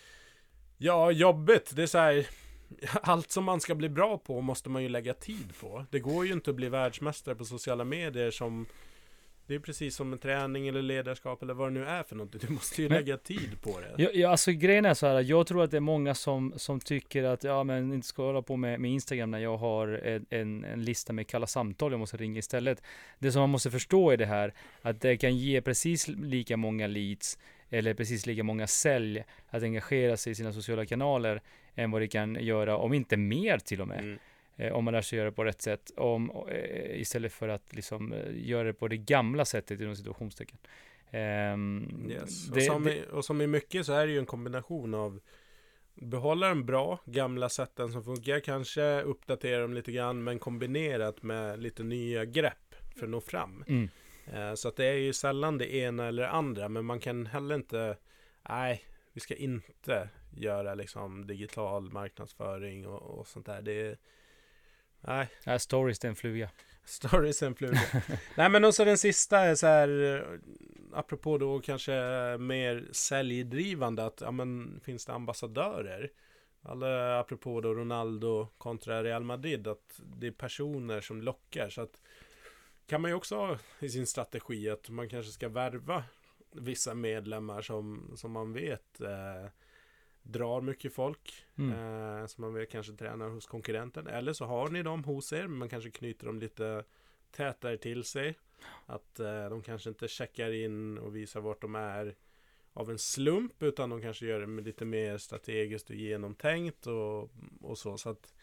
Speaker 1: ja, jobbigt. Det är så här, allt som man ska bli bra på måste man ju lägga tid på. Det går ju inte att bli världsmästare på sociala medier som... Det är precis som en träning eller ledarskap eller vad det nu är för något. Du måste ju
Speaker 2: men,
Speaker 1: lägga tid på det.
Speaker 2: Ja, ja, alltså grejen är så här. Jag tror att det är många som, som tycker att ja, men inte ska hålla på med, med Instagram när jag har en, en, en lista med kalla samtal. Jag måste ringa istället. Det som man måste förstå är det här. Att det kan ge precis lika många leads eller precis lika många sälj att engagera sig i sina sociala kanaler än vad det kan göra, om inte mer till och med. Mm. Om man lär sig göra det på rätt sätt om, istället för att liksom göra det på det gamla sättet inom situationstecken. Um,
Speaker 1: yes.
Speaker 2: det,
Speaker 1: och, som
Speaker 2: det,
Speaker 1: i, och som i mycket så är det ju en kombination av behålla de bra gamla sätten som funkar, kanske uppdatera dem lite grann, men kombinerat med lite nya grepp för att nå fram.
Speaker 2: Mm.
Speaker 1: Uh, så att det är ju sällan det ena eller andra, men man kan heller inte, nej, vi ska inte göra liksom digital marknadsföring och, och sånt där. Det är nej.
Speaker 2: Ja, stories är en fluga.
Speaker 1: Stories är en fluga. Nej, men också den sista är så här, apropå då kanske mer säljdrivande, att ja, men finns det ambassadörer? Alla, apropå då Ronaldo kontra Real Madrid, att det är personer som lockar. Så att kan man ju också ha i sin strategi att man kanske ska värva vissa medlemmar som, som man vet eh, drar mycket folk, mm. eh, som man vet kanske tränar hos konkurrenten, eller så har ni dem hos er, men man kanske knyter dem lite tätare till sig, att eh, de kanske inte checkar in och visar vart de är av en slump, utan de kanske gör det med lite mer strategiskt och genomtänkt och, och så, så att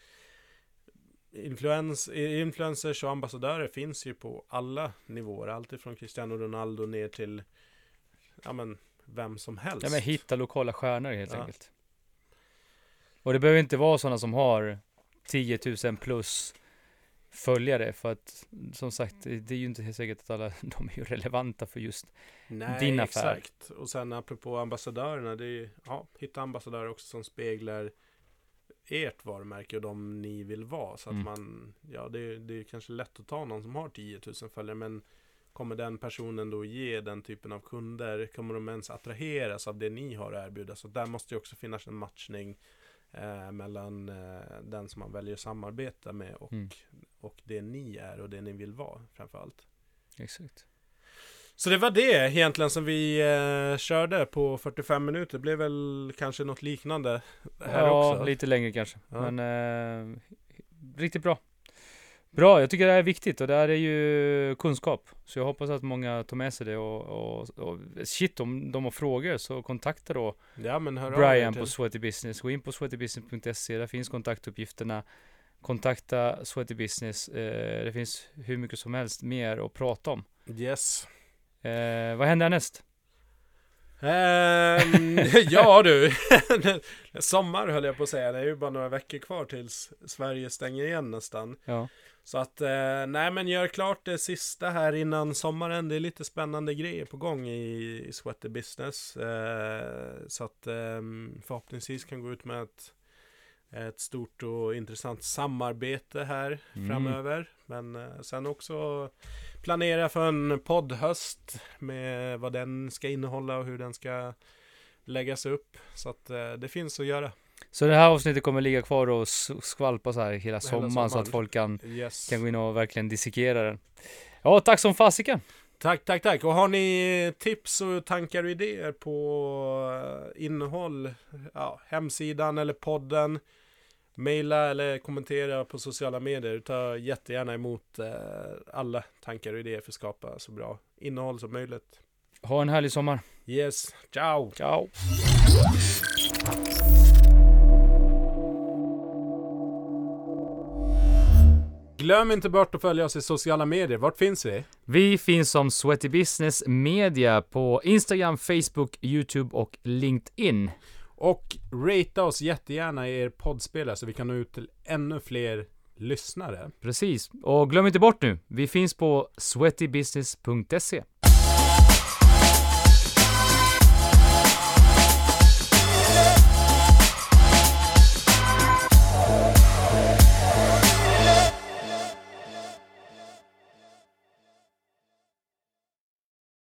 Speaker 1: influens, influencers och ambassadörer finns ju på alla nivåer, alltid från Cristiano Ronaldo ner till ja men vem som helst.
Speaker 2: Ja, men hitta lokala stjärnor helt
Speaker 1: ja.
Speaker 2: enkelt. Och det behöver inte vara sådana som har tio tusen plus följare, för att som sagt, det är ju inte helt säkert att alla de är ju relevanta för just
Speaker 1: Nej,
Speaker 2: din affär.
Speaker 1: Exakt. Och sen apropå ambassadörerna, det är ja, hitta ambassadörer också som speglar ert varumärke och de ni vill vara, så att mm. man, ja det, det är kanske lätt att ta någon som har tio tusen följare, men kommer den personen då ge den typen av kunder, kommer de ens attraheras av det ni har att erbjuda? Så där måste ju också finnas en matchning eh, mellan eh, den som man väljer att samarbeta med och, mm. och det ni är och det ni vill vara framförallt.
Speaker 2: Exakt. Så
Speaker 1: det var det egentligen som vi eh, körde på fyrtiofem minuter. Det blev väl kanske något liknande här
Speaker 2: ja,
Speaker 1: också.
Speaker 2: Ja, lite längre kanske.
Speaker 1: Ja.
Speaker 2: Men eh, riktigt bra. Bra, jag tycker det här är viktigt och det här är ju kunskap. Så jag hoppas att många tar med sig det och, och, och shit, om de har frågor så kontakta då
Speaker 1: ja, men hör
Speaker 2: Brian på Sweaty Business. Gå in på sweaty business punkt se, där finns kontaktuppgifterna. Kontakta Sweaty Business, eh, det finns hur mycket som helst mer att prata om.
Speaker 1: Yes.
Speaker 2: Eh, vad händer härnäst?
Speaker 1: Um, ja du, sommar höll jag på att säga, det är ju bara några veckor kvar tills Sverige stänger igen nästan.
Speaker 2: Ja.
Speaker 1: Så att, eh, nej men gör klart det sista här innan sommaren, det är lite spännande grejer på gång i, i Sweaty Business. Eh, så att eh, förhoppningsvis kan gå ut med ett ett stort och intressant samarbete här
Speaker 2: Mm.
Speaker 1: framöver. Men eh, sen också planera för en poddhöst med vad den ska innehålla och hur den ska läggas upp. Så att eh, det finns att göra.
Speaker 2: Så det här avsnittet kommer ligga kvar och s- skvalpa så här hela sommaren,
Speaker 1: sommaren.
Speaker 2: så att folk kan,
Speaker 1: Yes.
Speaker 2: kan gå in och verkligen dissekera den. Ja, tack som fasiken!
Speaker 1: Tack, tack, tack. Och har ni tips och tankar och idéer på eh, innehåll, ja, hemsidan eller podden, maila eller kommentera på sociala medier. Ta jättegärna emot eh, alla tankar och idéer för att skapa så bra innehåll som möjligt.
Speaker 2: Ha en härlig sommar.
Speaker 1: Yes, ciao!
Speaker 2: Ciao!
Speaker 1: Glöm inte bort att följa oss i sociala medier. Vart finns vi?
Speaker 2: Vi finns som Sweaty Business Media på Instagram, Facebook, YouTube och LinkedIn.
Speaker 1: Och ratea oss jättegärna i er poddspelare så vi kan nå ut till ännu fler lyssnare.
Speaker 2: Precis. Och glöm inte bort nu, vi finns på sweaty business punkt se.